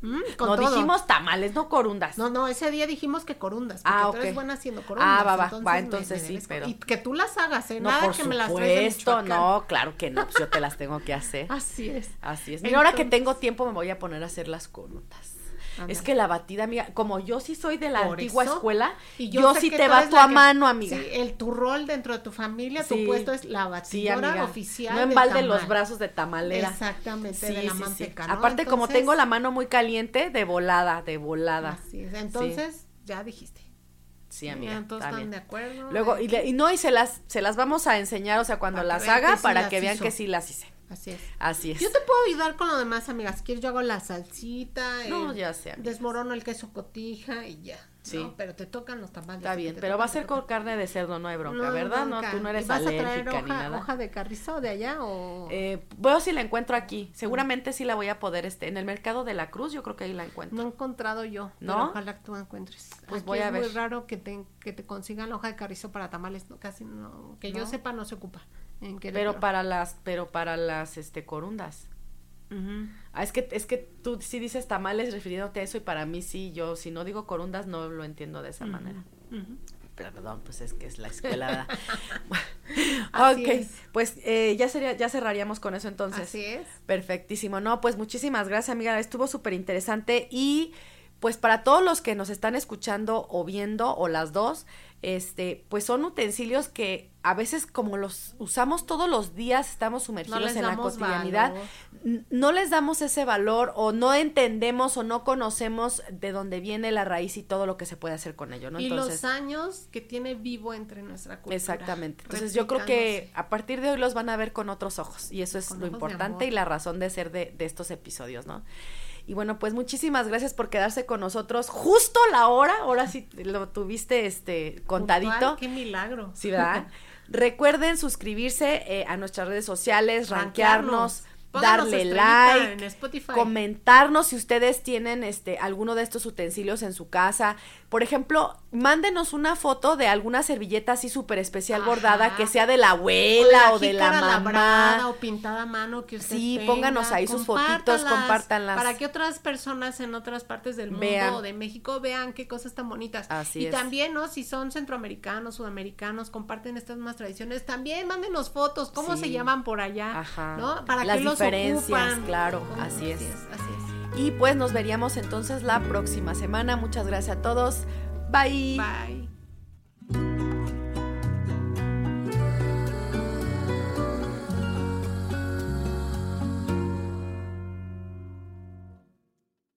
Mm, con no, todo. dijimos tamales, no corundas. No, no, ese día dijimos que corundas, porque Ah, tú ok. eres buena haciendo corundas. Ah, va, va, entonces va, me- entonces me sí, debes- pero... Y que tú las hagas, ¿eh? No, Nada por que me las traes de supuesto, Michoacán. no, claro que no, pues yo te las tengo que hacer. Así es. Así es. Mira, ahora que Entonces- tengo tiempo me voy a poner a hacer las corundas. Ándale. Es que la batida, amiga, como yo sí soy de la Por antigua eso, escuela, y yo, sé sí que te tú eres bato la a que- mano, amiga. Sí, el tu rol dentro de tu familia, Sí. tu puesto es la Sí, batidora amiga. oficial. No del embalde los tamal. brazos de tamalera. Exactamente, Sí, de la sí, sí. manteca, ¿no? Aparte, como Entonces- tengo la mano muy caliente, de volada, de volada. Así es. Entonces, ya dijiste. Sí, amiga. Ya, todos está están bien. de acuerdo. Luego, y, le- y no, y se las, se las vamos a enseñar, o sea, cuando Para que las vean haga, que sí para las que vean hizo. que sí las hice. Así es. Así es. Yo te puedo ayudar con lo demás, amigas. Si quieres, yo hago la salsita. No, eh, ya sé, amiga. Desmorono el queso cotija y ya. Sí. ¿no? Pero te tocan los tamales. Está que bien, te pero tocan, va a te ser tocan. con carne de cerdo, no hay bronca, No, ¿verdad? bronca. No, tú no ¿Y eres vas a traer alérgica hoja, ni nada. hoja de carrizo de allá o...? Eh, veo si la encuentro aquí. Seguramente sí la voy a poder, este, en el mercado de la Cruz, yo creo que ahí la encuentro. No he encontrado yo, ¿No? pero ojalá que tú encuentres. Pues Aquí voy a es ver. muy raro que te, que te consigan la hoja de carrizo para tamales, no, casi no, que yo ¿No? sepa no se ocupa en Pero Querétaro. para las, pero para las, este, corundas. Ujú. Ah, es que, es que tú sí dices tamales refiriéndote a eso y para mí sí, yo si no digo corundas no lo entiendo de esa Ujú. manera. Ujú. Perdón, pues es que es la escuela. Así Ok, es. pues eh, ya sería, ya cerraríamos con eso entonces. Así es. Perfectísimo. No, pues muchísimas gracias, amiga. Estuvo súper interesante y pues para todos los que nos están escuchando o viendo o las dos, este, pues son utensilios que a veces como los usamos todos los días, estamos sumergidos les en la damos cotidianidad, valor. n- no les damos ese valor o no entendemos o no conocemos de dónde viene la raíz y todo lo que se puede hacer con ello, ¿no? Y Entonces, los años que tiene vivo entre nuestra cultura. exactamente. Entonces yo creo que a partir de hoy los van a ver con otros ojos y eso es Con lo ojos de importante amor. y la razón de ser de, de estos episodios, ¿no? Y bueno, pues muchísimas gracias por quedarse con nosotros justo la hora, ahora sí lo tuviste este contadito. Puntual, qué milagro. Sí, ¿verdad? Recuerden suscribirse eh, a nuestras redes sociales, rankearnos, Pónganos darle estrellita like, en Spotify. comentarnos si ustedes tienen este alguno de estos utensilios en su casa. Por ejemplo, mándenos una foto de alguna servilleta así súper especial Ajá. bordada que sea de la abuela o de la, jícara mamá. labrada o pintada a mano que usted Sí, tenga. pónganos ahí sus fotitos, Compártalas, compártanlas. para que otras personas en otras partes del mundo Vean. o de México vean qué cosas tan bonitas. Así y es. también, ¿no? Si son centroamericanos, sudamericanos, comparten estas más tradiciones, también mándenos fotos, cómo Sí. se llaman por allá, Ajá. ¿no? Para Las qué los diferencias, ocupan. claro, ¿Cómo? así es. Así es, así es. Y pues nos veríamos entonces la próxima semana. Muchas gracias a todos. Bye. Bye.